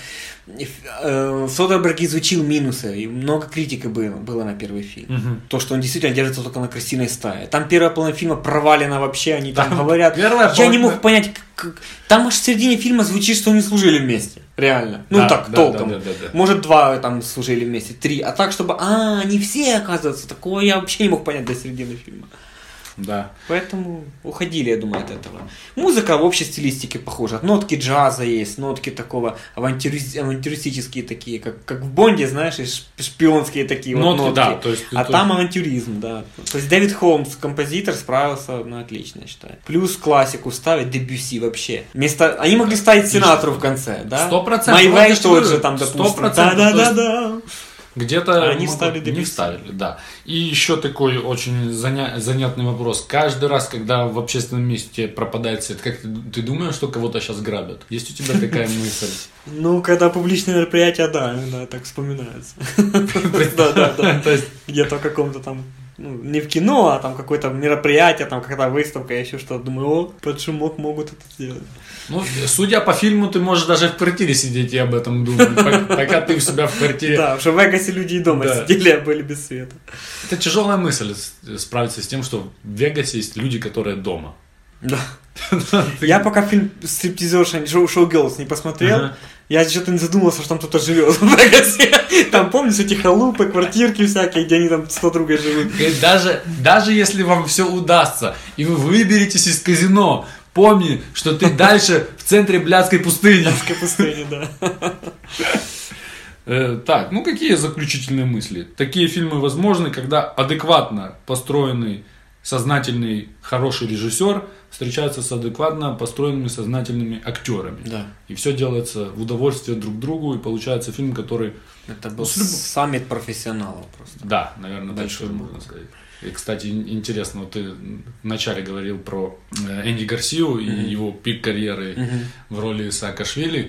э, Содерберг изучил минусы, и много критики было, было на первый фильм. Угу. То, что он действительно держится только на крысиной стае. Там первая половина фильма провалена вообще, они там, там говорят, я половина... не мог понять, как... там аж в середине фильма звучит, что они служили вместе. Реально. Ну да, так, да, толком. Да, да, да, да. Может, два там служили вместе, три. А так, чтобы, а, они все, оказывается, такого я вообще не мог понять до середины фильма. Да. Поэтому уходили, я думаю, от этого. Музыка в общей стилистике похожа. Нотки джаза есть, нотки такого авантюриз... авантюристические такие, как, как в Бонде, знаешь, шпионские такие нотки, вот нотки. Да, то есть, а то... там авантюризм, да. То есть Дэвид Холмс, композитор, справился, ну, отлично, я считаю. Плюс классику ставить, Дебюсси вообще. Вместо... Они могли ставить Синатру в конце, да? Сто процентов. Майвей тот же там, допустим. Да-да-да-да. Где-то они могут... вставили не вставили, да. И еще такой очень заня... занятный вопрос. Каждый раз, когда в общественном месте пропадает свет, как ты, ты думаешь, что кого-то сейчас грабят? Есть у тебя такая мысль? Ну, когда публичные мероприятия, да, да, так вспоминается. Да, да, да. То есть где-то в каком-то там, ну, не в кино, а там какое-то мероприятие, там какая-то выставка, еще что-то. Думаю, о, под шумок могут это сделать. Ну, судя по фильму, ты можешь даже в квартире сидеть и об этом думать, пока ты у себя в квартире. Да, что в Вегасе люди и дома да. сидели, а были без света. Это тяжелая мысль справиться с тем, что в Вегасе есть люди, которые дома. Да. Я пока фильм «Стриптизерша» Шоу Girls не посмотрел, ага. Я что-то не задумался, что там кто-то живет в Вегасе. Там, помнишь, эти халупы, квартирки всякие, где они там с подругой живут. Даже, даже если вам все удастся, и вы выберетесь из казино, помни, что ты дальше в центре блядской пустыни. Блядской пустыни, да. Так, ну какие заключительные мысли? Такие фильмы возможны, когда адекватно построенный, сознательный, хороший режиссер встречается с адекватно построенными, сознательными актерами. Да. И все делается в удовольствие друг другу, и получается фильм, который... Это был ну, саммит профессионалов просто. Да, наверное, так что можно сказать. И, кстати, интересно, вот ты вначале говорил про Энди Гарсию и mm-hmm. его пик карьеры mm-hmm. в роли Саакашвили.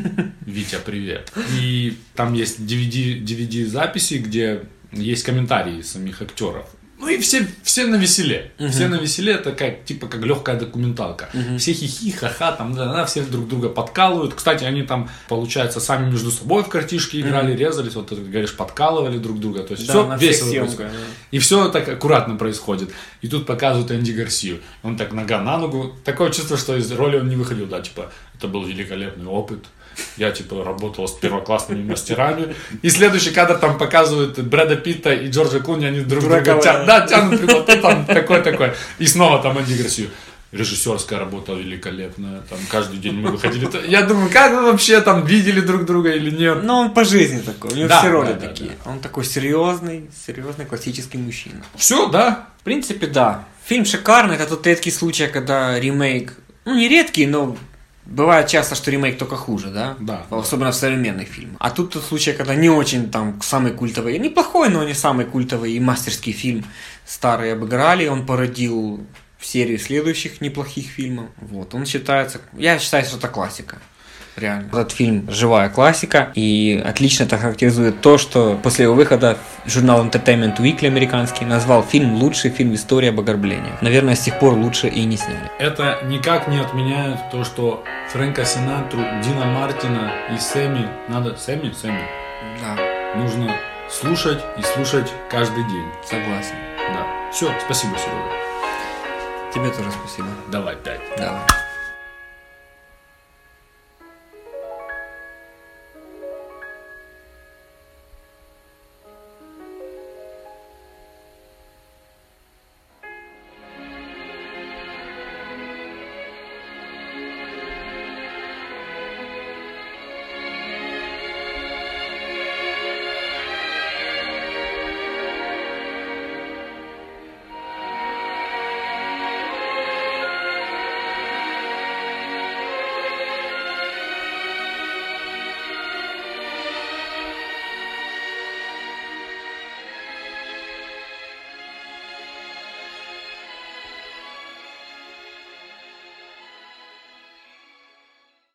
Витя, привет. И там есть ди ви ди, ди ви ди-записи, где есть комментарии самих актеров. Ну и все, все на веселе. Uh-huh. Все на веселе, это как, типа как легкая документалка. Uh-huh. Все хихи, ха-ха, там, да, да, все друг друга подкалывают. Кстати, они там, получается, сами между собой в картишки играли, uh-huh. резались, вот ты говоришь, подкалывали друг друга. То есть да, все весело происходит. Да. И все так аккуратно происходит. И тут показывают Энди Гарсию. Он так нога на ногу. Такое чувство, что из роли он не выходил, да, типа, это был великолепный опыт. Я, типа, работал с первоклассными мастерами. И следующий кадр там показывают Брэда Питта и Джорджа Клуни, они друг друга тянут, да, тянут, вот там такой-такой. И снова там Энди Гарсию. Режиссерская работа великолепная, там каждый день мы выходили. Я думаю, как вы вообще там видели друг друга или нет? Ну, он по жизни такой, у него да, все роли да, такие. Да, да. Он такой серьезный, серьезный классический мужчина. Все, да? В принципе, да. Фильм шикарный, это тот редкий случай, когда ремейк, ну, не редкий, но... Бывает часто, что ремейк только хуже, да? Да. Особенно в современных фильмах. А тут тот случай, когда не очень там самый культовый, неплохой, но не самый культовый и мастерский фильм старый обыграли. Он породил серию следующих неплохих фильмов. Вот, он считается, я считаю, что это классика. Реально. Этот фильм живая классика, и отлично это характеризует то, что после его выхода журнал Entertainment Weekly американский назвал фильм лучший фильм в истории об ограблении. Наверное, с тех пор лучше и не сняли. Это никак не отменяет то, что Фрэнка Синатру, Дина Мартина и Сэмми, надо, Сэмми, Сэмми, да. нужно слушать и слушать каждый день. Согласен. Да. Все, спасибо, Серега. Тебе тоже спасибо. Давай, пять. Давай.